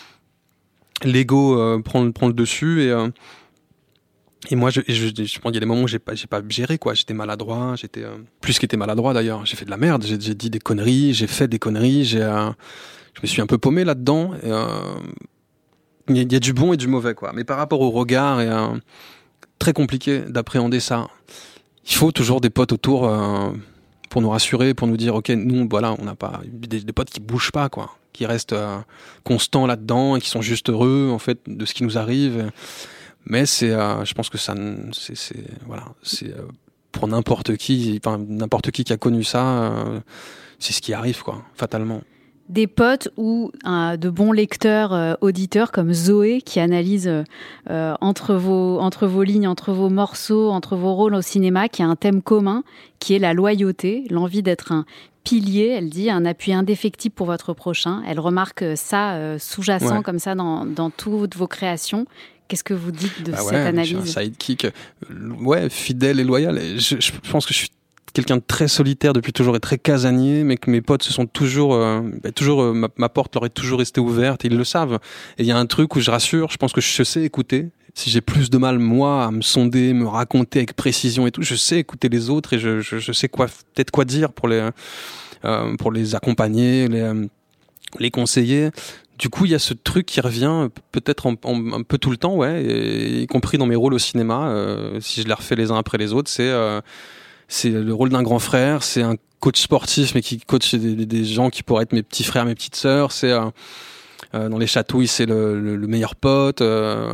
L'ego euh, prend, prend le dessus et, euh, et moi, je, je, je pense qu'il y a des moments où j'ai pas, j'ai pas géré, quoi. J'étais maladroit, j'étais euh, plus qu'était maladroit d'ailleurs. J'ai fait de la merde, j'ai, j'ai dit des conneries, j'ai fait des conneries, j'ai, euh, je me suis un peu paumé là-dedans. Il euh, y, y a du bon et du mauvais, quoi. Mais par rapport au regard, et euh, très compliqué d'appréhender ça. Il faut toujours des potes autour. Euh, pour nous rassurer, pour nous dire ok, nous voilà, on n'a pas des, des potes qui bougent pas, quoi, qui restent euh, constants là-dedans et qui sont juste heureux en fait de ce qui nous arrive. Mais c'est, euh, je pense que ça, c'est, c'est voilà, c'est euh, pour n'importe qui, enfin n'importe qui qui a connu ça, euh, c'est ce qui arrive, quoi, fatalement. Des potes ou euh, de bons lecteurs, euh, auditeurs comme Zoé qui analyse euh, entre vos entre vos lignes, entre vos morceaux, entre vos rôles au cinéma, qui a un thème commun, qui est la loyauté, l'envie d'être un pilier. Elle dit un appui indéfectible pour votre prochain. Elle remarque ça euh, sous-jacent, ouais, comme ça dans dans toutes vos créations. Qu'est-ce que vous dites de bah cette ouais, analyse ? Je suis un sidekick, ouais, fidèle et loyal. Je, je pense que je suis quelqu'un de très solitaire depuis toujours et très casanier, mais que mes potes se sont toujours, euh, bah, toujours euh, ma, ma porte leur est toujours restée ouverte, et ils le savent. Et il y a un truc où je rassure, je pense que je sais écouter. Si j'ai plus de mal, moi, à me sonder, me raconter avec précision et tout, je sais écouter les autres et je, je, je sais quoi, peut-être quoi dire pour les, euh, pour les accompagner, les, euh, les conseiller. Du coup, il y a ce truc qui revient peut-être en, en, un peu tout le temps, ouais, et, y compris dans mes rôles au cinéma. Euh, si je les refais les uns après les autres, c'est euh, c'est le rôle d'un grand frère, c'est un coach sportif mais qui coach des, des gens qui pourraient être mes petits frères, mes petites sœurs. C'est euh, euh, dans Les Chatouilles, c'est le, le, le meilleur pote. Euh,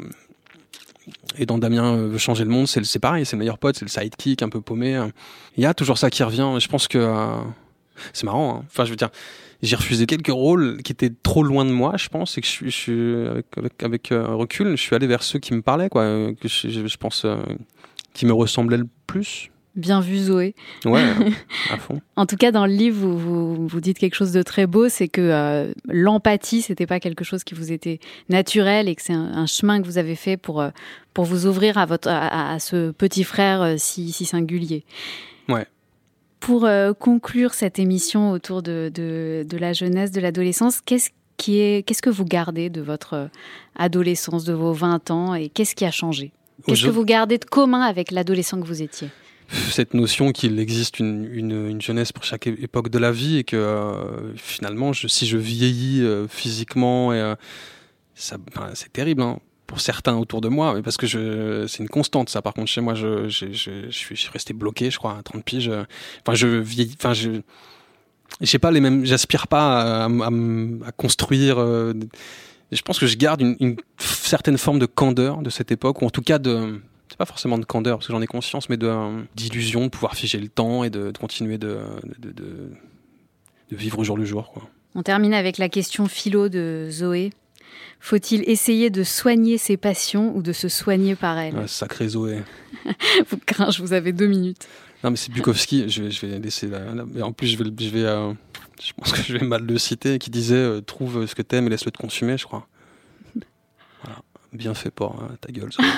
et dans Damien veut changer le monde, c'est, c'est pareil, c'est le meilleur pote, c'est le sidekick un peu paumé. Il y a toujours ça qui revient. Je pense que euh, c'est marrant. Hein. Enfin, je veux dire, j'ai refusé quelques rôles qui étaient trop loin de moi, je pense, et que je suis, je suis avec, avec, avec euh, recul, je suis allé vers ceux qui me parlaient, quoi, que je, je pense, euh, qui me ressemblaient le plus. Bien vu Zoé. Ouais, à fond. En tout cas, dans le livre, vous, vous, vous dites quelque chose de très beau, c'est que euh, l'empathie, c'était pas quelque chose qui vous était naturel et que c'est un, un chemin que vous avez fait pour, euh, pour vous ouvrir à, votre, à, à ce petit frère euh, si, si singulier. Ouais. Pour euh, conclure cette émission autour de, de, de la jeunesse, de l'adolescence, qu'est-ce qui est, qu'est-ce que vous gardez de votre adolescence, de vos vingt ans et qu'est-ce qui a changé ? Qu'est-ce Je... que vous gardez de commun avec l'adolescent que vous étiez ? Cette notion qu'il existe une, une, une jeunesse pour chaque époque de la vie et que euh, finalement, je, si je vieillis euh, physiquement, et, euh, ça, ben, c'est terrible hein, pour certains autour de moi, mais parce que je, c'est une constante ça. Par contre, chez moi, je, je, je, je, suis, je suis resté bloqué, je crois, à trente piges. Enfin, je vieillis. Enfin, je, j'ai pas les mêmes. J'aspire pas à, à, à construire. Euh, je pense que je garde une, une certaine forme de candeur de cette époque, ou en tout cas de. C'est pas forcément de candeur, parce que j'en ai conscience, mais de, d'illusion, de pouvoir figer le temps et de, de continuer de, de, de, de vivre au jour le jour, quoi. On termine avec la question philo de Zoé. Faut-il essayer de soigner ses passions ou de se soigner par elles ? Ouais, sacré Zoé. Vous cringe, vous avez deux minutes. Non, mais c'est Bukowski, je vais, je vais laisser... La... En plus, je vais, je, vais euh... je pense que je vais mal le citer, qui disait euh, « Trouve ce que t'aimes et laisse-le te consumer », je crois. Voilà. Bien fait pour hein, ta gueule, Zoé.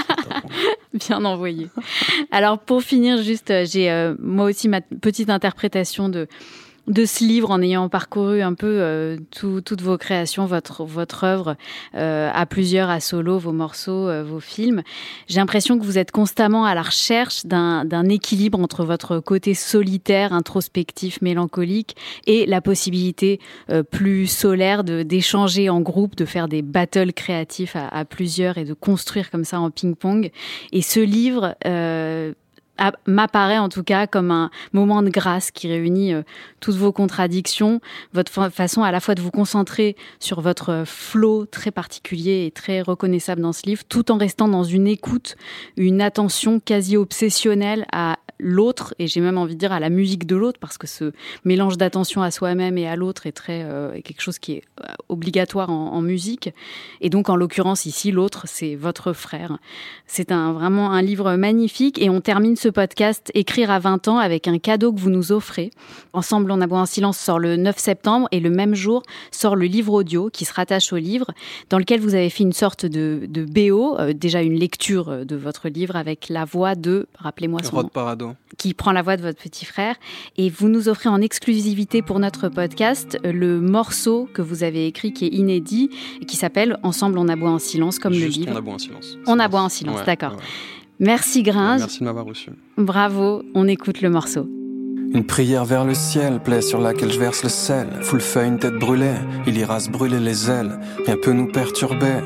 Bien envoyé. Alors pour finir, juste, j'ai euh, moi aussi ma petite interprétation de de ce livre en ayant parcouru un peu euh, tout, toutes vos créations, votre votre œuvre euh, à plusieurs, à solo, vos morceaux, euh, vos films. J'ai l'impression que vous êtes constamment à la recherche d'un d'un équilibre entre votre côté solitaire, introspectif, mélancolique et la possibilité euh, plus solaire de d'échanger en groupe, de faire des battles créatifs à, à plusieurs et de construire comme ça en ping-pong. Et ce livre euh, À, m'apparaît en tout cas comme un moment de grâce qui réunit euh, toutes vos contradictions, votre fa- façon à la fois de vous concentrer sur votre flow très particulier et très reconnaissable dans ce livre, tout en restant dans une écoute, une attention quasi obsessionnelle à l'autre, et j'ai même envie de dire à la musique de l'autre, parce que ce mélange d'attention à soi-même et à l'autre est très euh, est quelque chose qui est obligatoire en, en musique. Et donc en l'occurrence ici, l'autre, c'est votre frère. C'est un, vraiment un livre magnifique, et on termine ce podcast Écrire à vingt ans avec un cadeau que vous nous offrez. Ensemble, on aboie en silence sort le neuf septembre, et le même jour sort le livre audio qui se rattache au livre, dans lequel vous avez fait une sorte de, de B O, euh, déjà une lecture de votre livre avec la voix de, rappelez-moi son Rod nom, Parado, qui prend la voix de votre petit frère, et vous nous offrez en exclusivité pour notre podcast le morceau que vous avez écrit qui est inédit et qui s'appelle Ensemble on aboie en silence, comme Juste le livre. On aboie en silence. On aboie en silence, ouais, d'accord. Ouais, ouais. Merci Gringe. Merci de m'avoir reçu. Bravo, on écoute le morceau. Une prière vers le ciel, plaie sur laquelle je verse le sel. Full feuille, une tête brûlée, il ira se brûler les ailes. Rien peut nous perturber.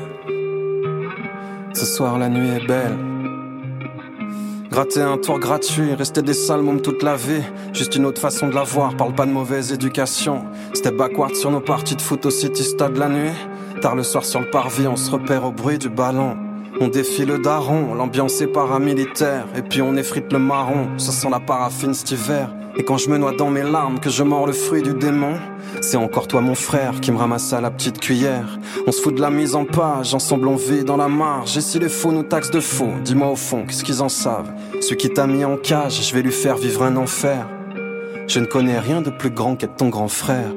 Ce soir la nuit est belle. Gratter un tour gratuit, rester des sales mômes toute la vie. Juste une autre façon de la voir, parle pas de mauvaise éducation. Step backward sur nos parties de foot au City Stade la nuit. Tard le soir sur le parvis, on se repère au bruit du ballon. On défile le daron, l'ambiance est paramilitaire. Et puis on effrite le marron, ça sent la paraffine cet hiver. Et quand je me noie dans mes larmes, que je mords le fruit du démon, c'est encore toi mon frère qui me ramasse à la petite cuillère. On se fout de la mise en page, ensemble on vit dans la marge. Et si les faux nous taxent de faux, dis-moi au fond, qu'est-ce qu'ils en savent? Celui qui t'a mis en cage, je vais lui faire vivre un enfer. Je ne connais rien de plus grand qu'être ton grand frère.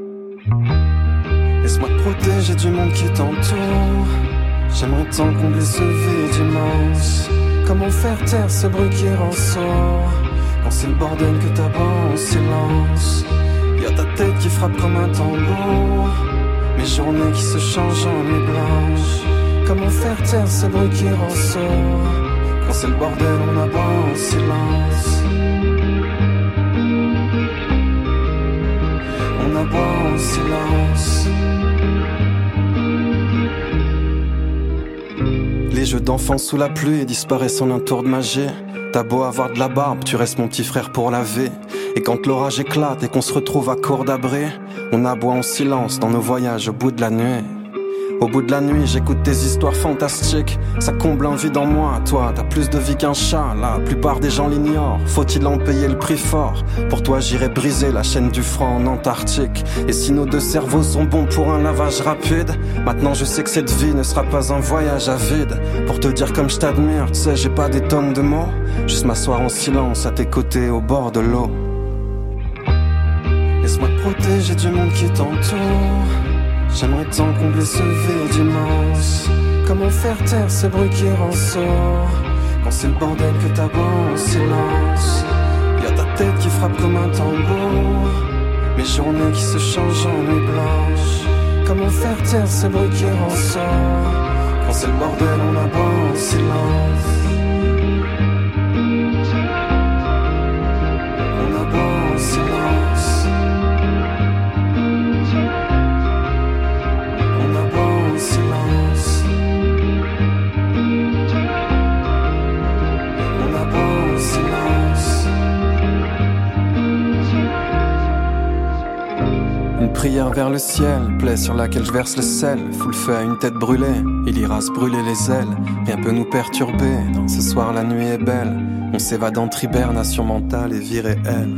Laisse-moi te protéger du monde qui t'entoure. J'aimerais tant combler ce vide immense. Comment faire taire ce bruit qui ressort quand c'est le bordel que t'aboies en silence. Y'a ta tête qui frappe comme un tambour, mes journées qui se changent en nuit blanche. Comment faire taire ce bruit qui ressort quand c'est le bordel, on aboie en silence. On aboie en silence. Les jeux d'enfants sous la pluie disparaissent en un tour de magie. T'as beau avoir de la barbe, tu restes mon petit frère pour laver. Et quand l'orage éclate et qu'on se retrouve à court d'abri, on aboie en silence dans nos voyages au bout de la nuit. Au bout de la nuit, j'écoute tes histoires fantastiques. Ça comble un vide en moi. Toi, t'as plus de vie qu'un chat. La plupart des gens l'ignorent. Faut-il en payer le prix fort? Pour toi, j'irai briser la chaîne du franc en Antarctique. Et si nos deux cerveaux sont bons pour un lavage rapide, maintenant je sais que cette vie ne sera pas un voyage à vide. Pour te dire comme je t'admire, tu sais, j'ai pas des tonnes de mots. Juste m'asseoir en silence à tes côtés au bord de l'eau. Laisse-moi te protéger du monde qui t'entoure. J'aimerais tant combler ce vide immense. Comment faire taire ce bruit qui rend sourd quand c'est le bordel que t'aboies en silence. Y'a ta tête qui frappe comme un tambour, mes journées qui se changent en nuit blanche. Comment faire taire ce bruit qui rend sourd quand c'est le bordel on aboie en silence. On aboie en silence. Prière vers le ciel, plaie sur laquelle je verse le sel. Fout le feu à une tête brûlée, il ira se brûler les ailes. Rien peut nous perturber, dans ce soir la nuit est belle. On s'évade entre hibernation mentale et vie réelle.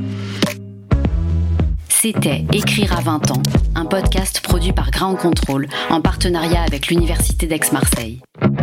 C'était Écrire à vingt ans, un podcast produit par Ground Control en partenariat avec l'Université d'Aix-Marseille.